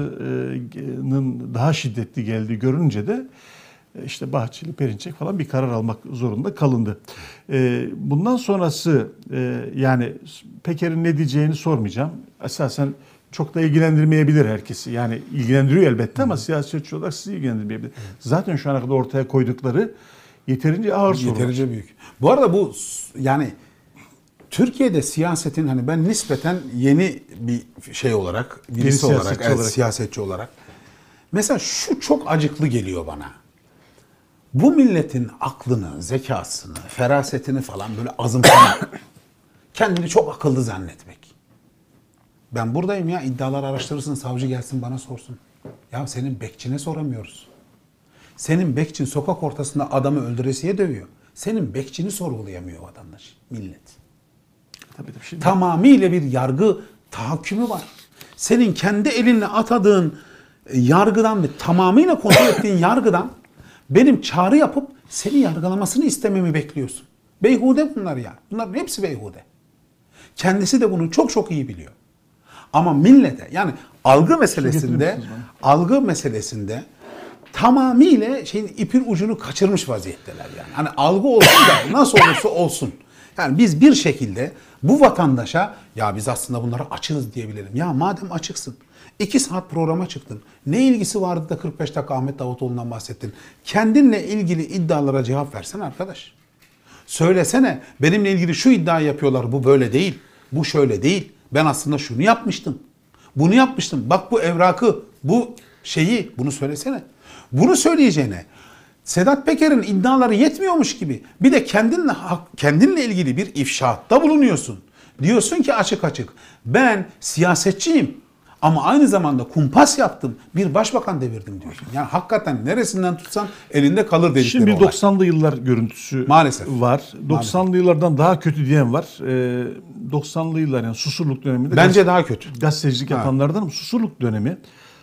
Arkasının daha şiddetli geldiği görünce de işte Bahçeli, Perinçek falan bir karar almak zorunda kalındı. Bundan sonrası yani Peker'in ne diyeceğini sormayacağım. Esasen çok da ilgilendirmeyebilir herkesi. Yani ilgilendiriyor elbette ama siyasetçi olarak sizi ilgilendirmeyebilir. Zaten şu ana kadar ortaya koydukları yeterince ağır sorular. Yeterince büyük. Bu arada bu yani Türkiye'de siyasetin hani ben nispeten yeni bir şey olarak, birisi olarak, siyasetçi evet, olarak. siyasetçi olarak. Mesela şu çok acıklı geliyor bana. Bu milletin aklını, zekasını, ferasetini falan böyle azımsamak. Kendini çok akıllı zannetmek. Ben buradayım ya, iddialar araştırırsın, savcı gelsin bana sorsun. Ya senin bekçine soramıyoruz. Senin bekçin sokak ortasında adamı öldüresiye dövüyor. Senin bekçini sorgulayamıyor vatandaş, millet. Tabii, tabii, şimdi... Tamamıyla bir yargı tahakkümü var. Senin kendi elinle atadığın yargıdan ve tamamıyla kontrol ettiğin yargıdan benim çağrı yapıp seni yargılamasını istememi bekliyorsun. Beyhude bunlar ya. Bunların hepsi beyhude. Kendisi de bunu çok çok iyi biliyor. Ama millete yani algı meselesinde algı meselesinde tamamıyla şeyin ipin ucunu kaçırmış vaziyetteler yani. Hani algı olsun da nasıl olursa olsun. Yani biz bir şekilde bu vatandaşa ya biz aslında bunları açığız diyebilelim. Ya madem açıksın, iki saat programa çıktın. Ne ilgisi vardı da kırk beş dakika Ahmet Davutoğlu'ndan bahsettin. Kendinle ilgili iddialara cevap versene arkadaş. Söylesene benimle ilgili şu iddiayı yapıyorlar, bu böyle değil. Bu şöyle değil. Ben aslında şunu yapmıştım. Bunu yapmıştım. Bak bu evrakı, bu şeyi, bunu söylesene. Bunu söyleyeceğine Sedat Peker'in iddiaları yetmiyormuş gibi bir de kendinle kendinle ilgili bir ifşaatta bulunuyorsun. Diyorsun ki açık açık ben siyasetçiyim ama aynı zamanda kumpas yaptım, bir başbakan devirdim diyorsun. Yani hakikaten neresinden tutsan elinde kalır dedikleri Şimdi bir olay. doksanlı yıllar görüntüsü Maalesef. var. doksanlı yıllardan daha kötü diyen var. Ee, doksanlı yıllar yani Susurluk döneminde Bence gaz- daha kötü. gazetecilik Ha. yapanlardan ama Susurluk dönemi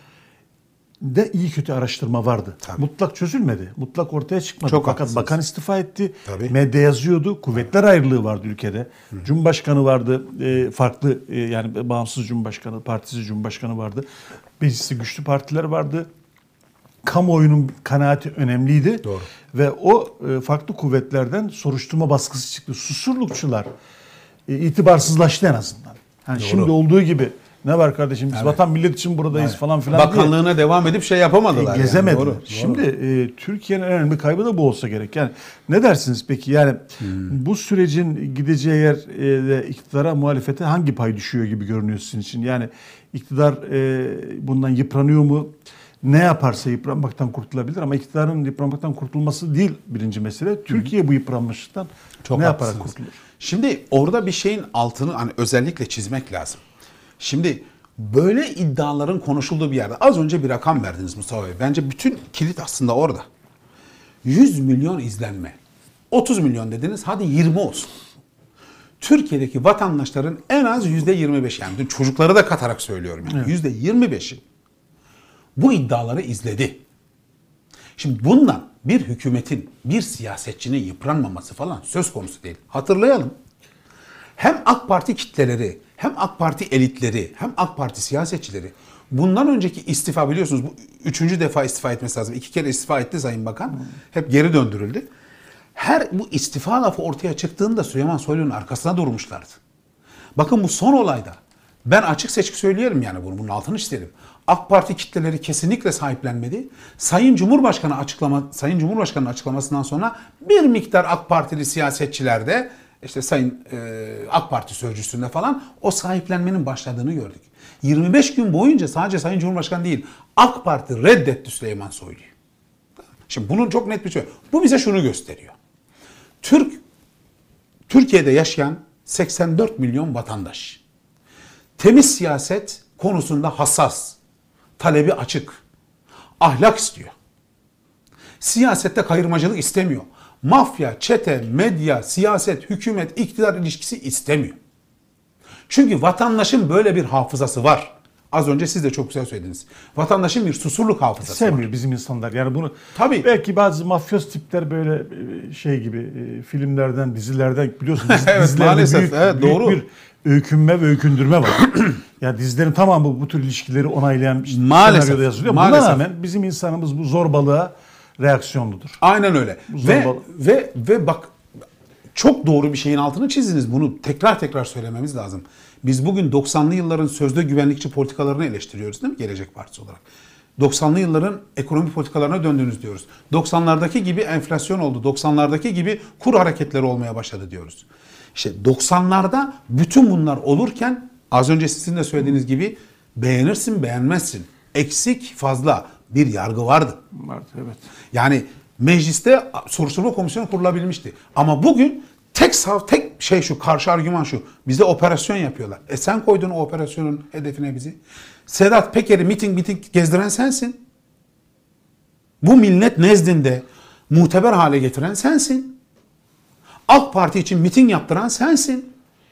de iyi kötü araştırma vardı. Tabii. Mutlak çözülmedi. Mutlak ortaya çıkmadı. Çok Fakat haklısınız. bakan istifa etti. Tabii. Medya yazıyordu. Kuvvetler ayrılığı vardı ülkede. Hı. Cumhurbaşkanı vardı. E, farklı e, yani bağımsız cumhurbaşkanı, partisiz cumhurbaşkanı vardı. Mecliste güçlü partiler vardı. Kamuoyunun kanaati önemliydi. Doğru. Ve o e, farklı kuvvetlerden soruşturma baskısı çıktı. Susurlukçular e, itibarsızlaştı en azından. Yani Doğru. şimdi olduğu gibi ne var kardeşim biz Evet. vatan millet için buradayız Evet. falan filan diye Bakanlığına devam edip şey yapamadılar. e, gezemediler. Yani. Doğru, doğru. Şimdi e, Türkiye'nin en önemli kaybı da bu olsa gerek. Yani ne dersiniz peki? Yani hmm. bu sürecin gideceği yer e, de iktidara, muhalefete hangi pay düşüyor gibi görünüyor sizin için? Yani iktidar e, bundan yıpranıyor mu? Ne yaparsa yıpranmaktan kurtulabilir ama iktidarın yıpranmaktan kurtulması değil birinci mesele. Türkiye bu yıpranmışlıktan Çok ne yaparak haklısınız. kurtulur? Şimdi orada bir şeyin altını hani özellikle çizmek lazım. Şimdi böyle iddiaların konuşulduğu bir yerde az önce bir rakam verdiniz Mustafa Bey. Bence bütün kilit aslında orada. yüz milyon izlenme. otuz milyon dediniz, hadi yirmi olsun. Türkiye'deki vatandaşların en az yüzde yirmi beş yani çocukları da katarak söylüyorum yani Evet. yüzde yirmi beşi bu iddiaları izledi. Şimdi bundan bir hükümetin, bir siyasetçinin yıpranmaması falan söz konusu değil. Hatırlayalım. Hem AK Parti kitleleri, hem AK Parti elitleri, hem AK Parti siyasetçileri bundan önceki istifa biliyorsunuz bu üçüncü defa istifa etmesi lazım. İki kere istifa etti Sayın Bakan. Hep geri döndürüldü. Her bu istifa lafı ortaya çıktığında Süleyman Soylu'nun arkasına durmuşlardı. Bakın bu son olayda ben açık seçik söyleyelim yani bunu, bunun altını çizelim. AK Parti kitleleri kesinlikle sahiplenmedi. Sayın Cumhurbaşkanı açıklama Sayın Cumhurbaşkanı'nın açıklamasından sonra bir miktar AK Partili siyasetçiler de işte Sayın e, AK Parti sözcüsünde falan o sahiplenmenin başladığını gördük. yirmi beş gün boyunca sadece Sayın Cumhurbaşkanı değil AK Parti reddetti Süleyman Soylu'yu. Şimdi bunun çok net bir şey. Bu bize şunu gösteriyor. Türk Türkiye'de yaşayan seksen dört milyon vatandaş temiz siyaset konusunda hassas, talebi açık, ahlak istiyor. Siyasette kayırmacılık istemiyor. Mafya, çete, medya, siyaset, hükümet, iktidar ilişkisi istemiyor. Çünkü vatandaşın böyle bir hafızası var. Az önce siz de çok güzel söylediniz. Vatandaşın bir susurluk hafızası Sevmiyor var. bizim insanlar. Yani bunu Tabii. belki bazı mafyöz tipler böyle e, şey gibi e, filmlerden, dizilerden biliyorsunuz diz- Evet, dizilerde maalesef. büyük, Evet, büyük doğru. bir öykünme ve öykündürme var. Yani dizilerin tamamı bu tür ilişkileri onaylayan işte Maalesef, senaryoda yazılıyor. Buna maalesef. rağmen bizim insanımız bu zorbalığa reaksiyonludur. Aynen öyle. Ve, Zorbalık. ve ve bak çok doğru bir şeyin altını çizdiniz. Bunu tekrar tekrar söylememiz lazım. Biz bugün doksanlı yılların sözde güvenlikçi politikalarını eleştiriyoruz değil mi Gelecek Partisi olarak? doksanlı yılların ekonomi politikalarına döndünüz diyoruz. doksanlardaki gibi enflasyon oldu. doksanlardaki gibi kur hareketleri olmaya başladı diyoruz. İşte doksanlarda bütün bunlar olurken az önce sizin de söylediğiniz gibi beğenirsin beğenmezsin. Eksik fazla bir yargı vardı. Vardı, evet. Yani mecliste soruşturma komisyonu kurulabilmişti. Ama bugün tek sav tek şey şu, karşı argüman şu. Bize operasyon yapıyorlar. E sen koydun o operasyonun hedefine bizi. Sedat Peker'i miting miting gezdiren sensin. Bu millet nezdinde muteber hale getiren sensin. AK Parti için miting yaptıran sensin.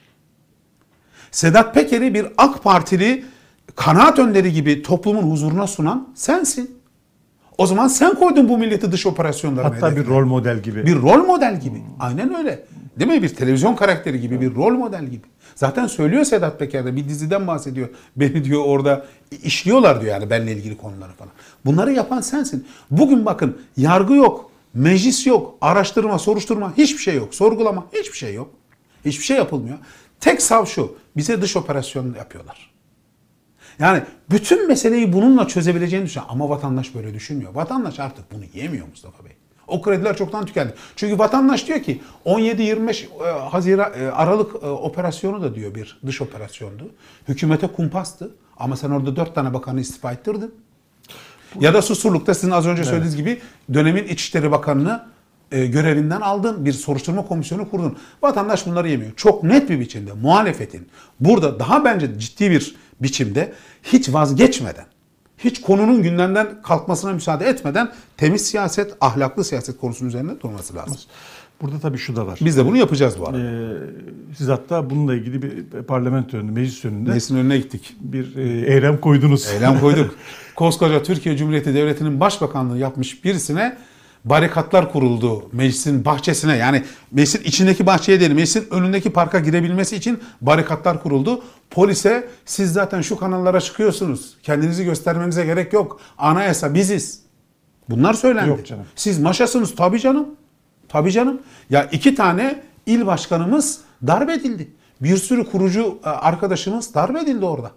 Sedat Peker'i bir AK Partili kanaat önderi gibi toplumun huzuruna sunan sensin. O zaman sen koydun bu milleti dış operasyonlara. Hatta bir rol model gibi. Bir rol model gibi. Aynen öyle. Değil mi? Bir televizyon karakteri gibi, bir rol model gibi. Zaten söylüyor Sedat Peker'de, bir diziden bahsediyor. Beni diyor orada işliyorlar diyor yani benimle ilgili konuları falan. Bunları yapan sensin. Bugün bakın yargı yok, meclis yok, araştırma, soruşturma hiçbir şey yok. Sorgulama hiçbir şey yok. Hiçbir şey yapılmıyor. Tek sav şu, bize dış operasyon yapıyorlar. Yani bütün meseleyi bununla çözebileceğini düşünüyor. Ama vatandaş böyle düşünmüyor. Vatandaş artık bunu yemiyor Mustafa Bey. O krediler çoktan tükendi. Çünkü vatandaş diyor ki on yedi yirmi beş Haziran Aralık operasyonu da diyor bir dış operasyondu. Hükümete kumpastı. Ama sen orada dört tane bakanı istifa ettirdin. Ya da Susurluk'ta sizin az önce söylediğiniz evet. gibi dönemin İçişleri Bakanı'nı e, görevinden aldın. Bir soruşturma komisyonu kurdun. Vatandaş bunları yemiyor. Çok net bir biçimde muhalefetin burada daha bence ciddi bir biçimde hiç vazgeçmeden, hiç konunun gündemden kalkmasına müsaade etmeden temiz siyaset, ahlaklı siyaset konusunun üzerinde durması lazım. Burada tabii şu da var. Biz de bunu yapacağız bu arada. Ee, siz hatta bununla ilgili bir parlamento önünde, meclis önünde Meclisin önüne gittik. bir e, eylem koydunuz. Eylem koyduk. Koskoca Türkiye Cumhuriyeti Devleti'nin başbakanlığı yapmış birisine barikatlar kuruldu meclisin bahçesine. Yani meclisin içindeki bahçeye değil, meclisin önündeki parka girebilmesi için barikatlar kuruldu. Polise siz zaten şu kanallara çıkıyorsunuz. Kendinizi göstermenize gerek yok. Anayasa biziz. Bunlar söylendi. Yok canım. Siz maşasınız. Tabii canım. Tabii canım. Ya iki tane il başkanımız darp edildi. Bir sürü kurucu arkadaşımız darp edildi orada.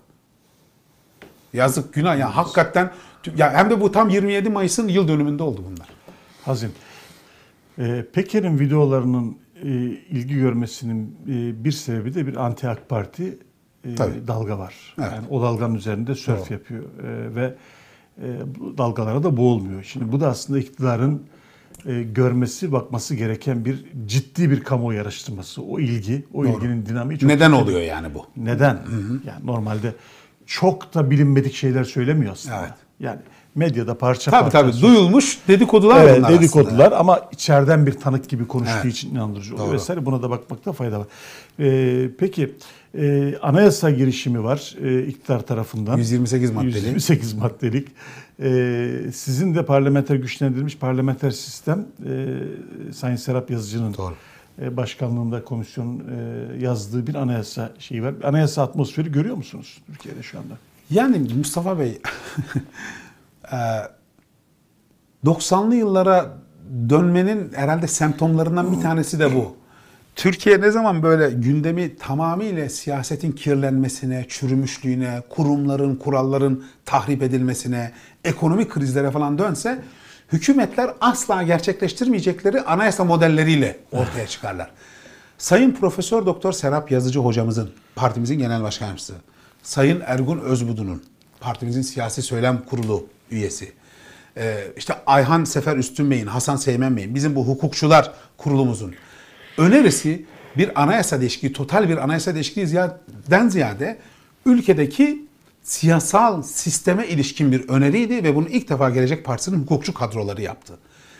Yazık günah ya hakikaten ya hem de bu tam yirmi yedi Mayıs'ın yıl dönümünde oldu bunlar. Hazin. Ee, Peker'in videolarının e, ilgi görmesinin e, bir sebebi de bir anti AK Parti e, dalga var. Evet. Yani o dalganın üzerinde sörf Doğru. yapıyor e, ve e, bu dalgalara da boğulmuyor. Şimdi bu da aslında iktidarın e, görmesi, bakması gereken bir ciddi bir kamuoyu araştırması. O ilgi, o Doğru. ilginin dinamiği çok Neden ciddi. oluyor yani bu? Neden? Yani normalde çok da bilinmedik şeyler söylemiyor aslında. Evet. Yani medyada parça Tabii parça. tabii duyulmuş dedikodular Evet, bunlar dedikodular aslında. ama içeriden bir tanık gibi konuştuğu Evet. için inandırıcı oluyor Doğru. vesaire. Buna da bakmakta fayda var. Ee, peki e, anayasa girişimi var e, iktidar tarafından. yüz yirmi sekiz maddeli. yüz yirmi sekiz maddelik. Ee, sizin de parlamenter güçlendirilmiş parlamenter sistem e, Sayın Serap Yazıcı'nın Doğru. e, başkanlığında komisyonun e, yazdığı bir anayasa şeyi var. Anayasa atmosferi görüyor musunuz Türkiye'de şu anda? Yani Mustafa Bey doksanlı yıllara dönmenin herhalde semptomlarından bir tanesi de bu. Türkiye ne zaman böyle gündemi tamamıyla siyasetin kirlenmesine, çürümüşlüğüne, kurumların, kuralların tahrip edilmesine, ekonomik krizlere falan dönse hükümetler asla gerçekleştirmeyecekleri anayasa modelleriyle ortaya çıkarlar. Sayın Profesör Doktor Serap Yazıcı hocamızın, partimizin genel başkan yardımcısı, Sayın Ergun Özbudu'nun, partimizin siyasi söylem kurulu üyesi, e, işte Ayhan Sefer Üstün Bey'in, Hasan Seymen Bey'in, bizim bu hukukçular kurulumuzun önerisi bir anayasa değişikliği, total bir anayasa değişikliğinden ziyade ülkedeki siyasal sisteme ilişkin bir öneriydi ve bunu ilk defa Gelecek Partisi'nin hukukçu kadroları yaptı.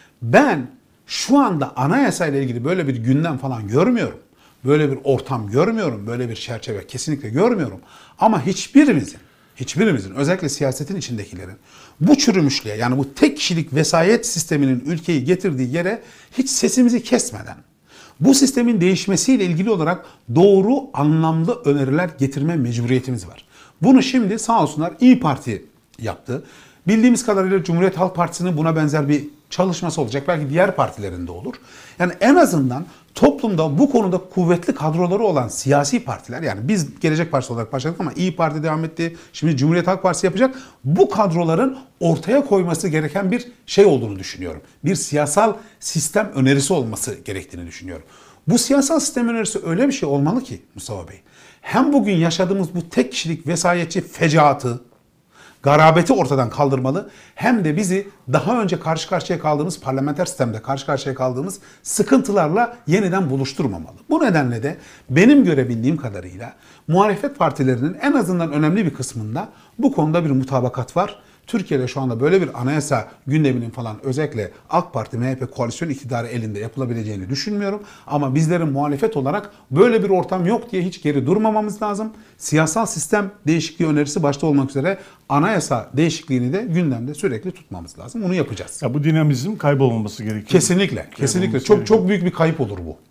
Ben şu anda anayasa ile ilgili böyle bir gündem falan görmüyorum. Böyle bir ortam görmüyorum. Böyle bir çerçeve kesinlikle görmüyorum. Ama hiçbirimizin, hiçbirimizin özellikle siyasetin içindekilerin bu çürümüşlüğe, yani bu tek kişilik vesayet sisteminin ülkeyi getirdiği yere hiç sesimizi kesmeden bu sistemin değişmesiyle ilgili olarak doğru anlamlı öneriler getirme mecburiyetimiz var. Bunu şimdi sağ olsunlar İYİ Parti yaptı. Bildiğimiz kadarıyla Cumhuriyet Halk Partisi'nin buna benzer bir çalışması olacak. Belki diğer partilerinde olur. Yani en azından toplumda bu konuda kuvvetli kadroları olan siyasi partiler, yani biz Gelecek Partisi olarak başladık ama İYİ Parti devam etti. Şimdi Cumhuriyet Halk Partisi yapacak. Bu kadroların ortaya koyması gereken bir şey olduğunu düşünüyorum. Bir siyasal sistem önerisi olması gerektiğini düşünüyorum. Bu siyasal sistem önerisi öyle bir şey olmalı ki Mustafa Bey, hem bugün yaşadığımız bu tek kişilik vesayetçi fecaatı, garabeti ortadan kaldırmalı, hem de bizi daha önce karşı karşıya kaldığımız, parlamenter sistemde karşı karşıya kaldığımız sıkıntılarla yeniden buluşturmamalı. Bu nedenle de benim görebildiğim kadarıyla muhalefet partilerinin en azından önemli bir kısmında bu konuda bir mutabakat var. Türkiye'de şu anda böyle bir anayasa gündeminin falan özellikle AK Parti, M H P koalisyon iktidarı elinde yapılabileceğini düşünmüyorum. Ama bizlerin muhalefet olarak böyle bir ortam yok diye hiç geri durmamamız lazım. Siyasal sistem değişikliği önerisi başta olmak üzere anayasa değişikliğini de gündemde sürekli tutmamız lazım. Bunu yapacağız. Ya bu dinamizm kaybolmaması gerekiyor. Kesinlikle, kesinlikle. Çok çok büyük bir kayıp olur bu.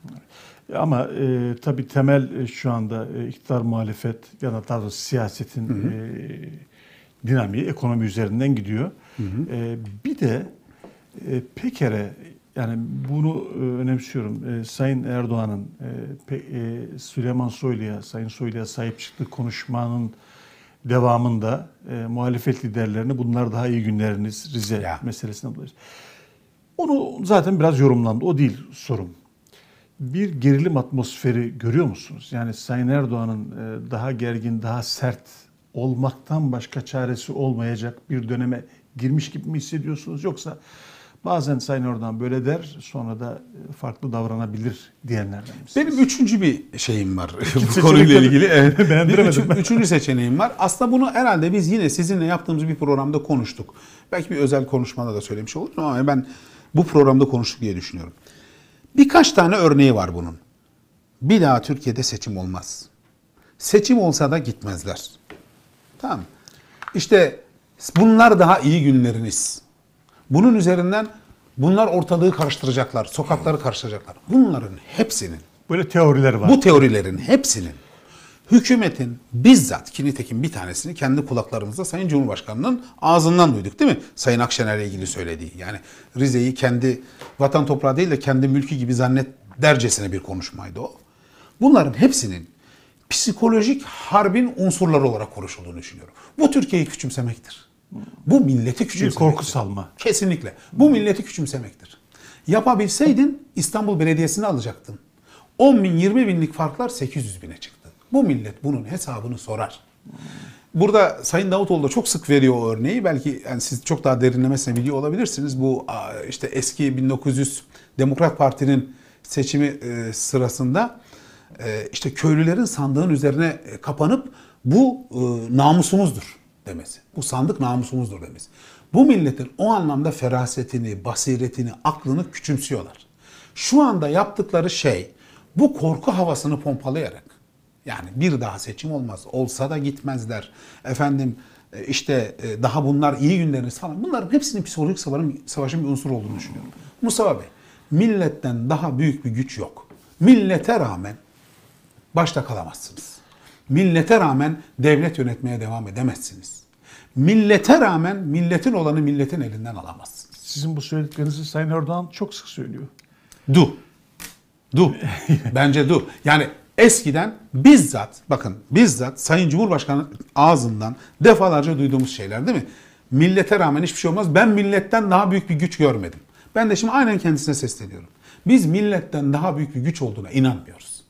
Ama e, tabii temel e, şu anda e, iktidar muhalefet ya da daha doğrusu siyasetin hı hı. E, dinamiği ekonomi üzerinden gidiyor. Hı hı. E, bir de e, Peker'e, yani bunu e, önemsiyorum. E, Sayın Erdoğan'ın e, pe, e, Süleyman Soylu'ya, Sayın Soylu'ya sahip çıktığı konuşmanın devamında e, muhalefet liderlerini bunlar daha iyi günleriniz Rize ya. meselesine dolayı. Onu zaten biraz yorumlandı. O değil sorum. Bir gerilim atmosferi görüyor musunuz? Yani Sayın Erdoğan'ın e, daha gergin, daha sert olmaktan başka çaresi olmayacak bir döneme girmiş gibi mi hissediyorsunuz? Yoksa bazen Sayın Erdoğan böyle der, sonra da farklı davranabilir diyenlerden misiniz? Benim üçüncü bir şeyim var bu konuyla ilgili. Evet. Beğendiremedim. Üç, üçüncü seçeneğim var. Aslında bunu herhalde biz yine sizinle yaptığımız bir programda konuştuk. Belki bir özel konuşmada da söylemiş olurum ama ben bu programda konuştuk diye düşünüyorum. Birkaç tane örneği var bunun. Bir daha Türkiye'de seçim olmaz. Seçim olsa da gitmezler. Tamam. İşte bunlar daha iyi günleriniz. Bunun üzerinden bunlar ortalığı karıştıracaklar, sokakları karıştıracaklar. Bunların hepsinin, böyle teoriler var. Bu teorilerin hepsinin hükümetin bizzat, ki nitekim bir tanesini kendi kulaklarımızda Sayın Cumhurbaşkanı'nın ağzından duyduk değil mi? Sayın Akşener'le ilgili söylediği. Yani Rize'yi kendi vatan toprağı değil de kendi mülkü gibi zannet dercesine bir konuşmaydı o. Bunların hepsinin psikolojik harbin unsurları olarak konuşulduğunu düşünüyorum. Bu Türkiye'yi küçümsemektir. Bu milleti küçümsemektir. Bir korku salma. Kesinlikle. Bu milleti küçümsemektir. Yapabilseydin İstanbul Belediyesi'ni alacaktın. on bin, yirmi binlik farklar sekiz yüz bine çıktı. Bu millet bunun hesabını sorar. Burada Sayın Davutoğlu da çok sık veriyor o örneği. Belki yani siz çok daha derinlemesine biliyor olabilirsiniz. Bu işte eski bin dokuz yüz Demokrat Parti'nin seçimi sırasında işte köylülerin sandığın üzerine kapanıp bu namusumuzdur demesi. Bu sandık namusumuzdur demesi. Bu milletin o anlamda ferasetini, basiretini, aklını küçümsüyorlar. Şu anda yaptıkları şey bu korku havasını pompalayarak, yani bir daha seçim olmaz, olsa da gitmezler. Efendim işte daha bunlar iyi günleriniz falan. Bunların hepsinin psikolojik savaşın, savaşın bir unsur olduğunu düşünüyorum. Mustafa Bey, milletten daha büyük bir güç yok. Millete rağmen başta kalamazsınız. Millete rağmen devlet yönetmeye devam edemezsiniz. Millete rağmen milletin olanı milletin elinden alamazsınız. Sizin bu söylediklerinizi Sayın Erdoğan çok sık söylüyor. Du. Du. Bence du. Yani eskiden bizzat, bakın bizzat Sayın Cumhurbaşkanı ağzından defalarca duyduğumuz şeyler değil mi? Millete rağmen hiçbir şey olmaz. Ben milletten daha büyük bir güç görmedim. Ben de şimdi aynen kendisine sesleniyorum. Biz milletten daha büyük bir güç olduğuna inanmıyoruz.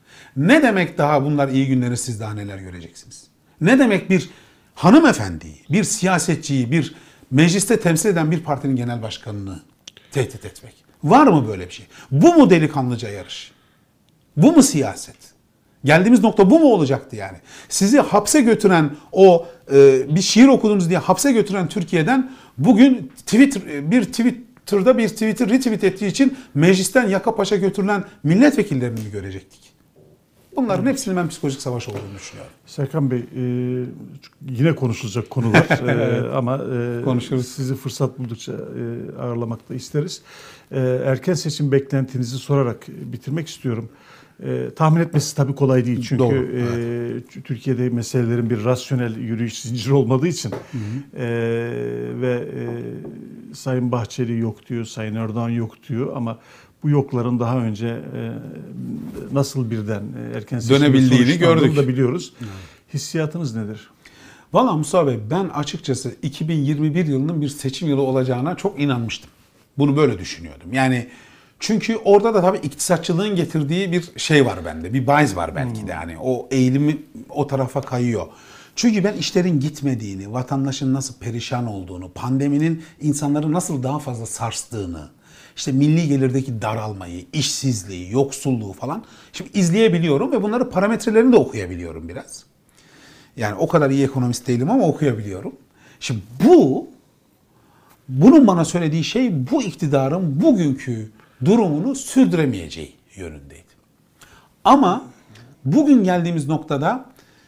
Ne demek daha bunlar iyi günleri, siz daha neler göreceksiniz? Ne demek bir hanımefendiyi, bir siyasetçiyi, bir mecliste temsil eden bir partinin genel başkanını tehdit etmek. Var mı böyle bir şey? Bu mu delikanlıca yarış? Bu mu siyaset? Geldiğimiz nokta bu mu olacaktı yani? Sizi hapse götüren o e, bir şiir okudunuz diye hapse götüren Türkiye'den bugün Twitter bir Twitter'da bir tweet'i retweet ettiği için meclisten yaka paşa götürülen milletvekillerini mi görecektik? Bunların hepsinin ben psikolojik savaş olduğunu düşünüyorum. Serkan Bey, e, yine konuşulacak konular e, ama e, Konuşuruz. sizi fırsat buldukça e, ağırlamak da isteriz. E, erken seçim beklentinizi sorarak bitirmek istiyorum. E, tahmin etmesi tabii kolay değil çünkü Doğru, e, evet. Türkiye'de meselelerin bir rasyonel yürüyüş zinciri olmadığı için hı hı. E, ve e, Sayın Bahçeli yok diyor, Sayın Erdoğan yok diyor ama bu yokların daha önce e, nasıl birden e, erken seçimde dönebildiğini gördük da biliyoruz. Evet. Hissiyatınız nedir? Valla Mustafa Bey, ben açıkçası iki bin yirmi bir yılının bir seçim yılı olacağına çok inanmıştım. Bunu böyle düşünüyordum. Yani çünkü orada da tabii iktisatçılığın getirdiği bir şey var bende. Bir bias var belki de. Yani o eğilimi o tarafa kayıyor. Çünkü ben işlerin gitmediğini, vatandaşın nasıl perişan olduğunu, pandeminin insanları nasıl daha fazla sarstığını, işte milli gelirdeki daralmayı, işsizliği, yoksulluğu falan şimdi izleyebiliyorum ve bunları parametrelerini de okuyabiliyorum biraz. Yani o kadar iyi ekonomist değilim ama okuyabiliyorum. Şimdi bu, bunun bana söylediği şey bu iktidarın bugünkü durumunu sürdüremeyeceği yönündeydi. Ama bugün geldiğimiz noktada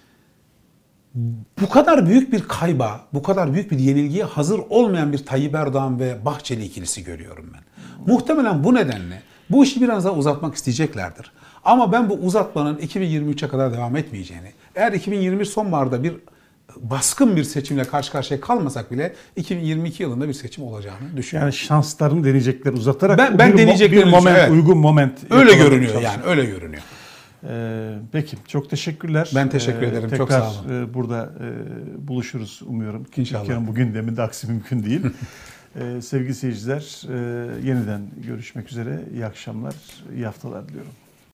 bu kadar büyük bir kayba, bu kadar büyük bir yenilgiye hazır olmayan bir Tayyip Erdoğan ve Bahçeli ikilisi görüyorum ben. Muhtemelen bu nedenle bu işi biraz daha uzatmak isteyeceklerdir. Ama ben bu uzatmanın iki bin yirmi üçe kadar devam etmeyeceğini, eğer iki bin yirmi bir sonbaharda bir baskın bir seçimle karşı karşıya kalmasak bile iki bin yirmi iki yılında bir seçim olacağını düşünüyorum. Yani şanslarını deneyecekler uzatarak ben, ben bir, deneyeceklerini bir moment, evet. uygun moment. Öyle görünüyor yani, öyle görünüyor. Ee, peki, çok teşekkürler. Ben teşekkür ederim, ee, çok sağ olun. Tekrar e, burada e, buluşuruz umuyorum. İnşallah. Türkiye'nin bu gündeminde aksi mümkün değil. ee, sevgili seyirciler, e, yeniden görüşmek üzere. İyi akşamlar, iyi haftalar diliyorum.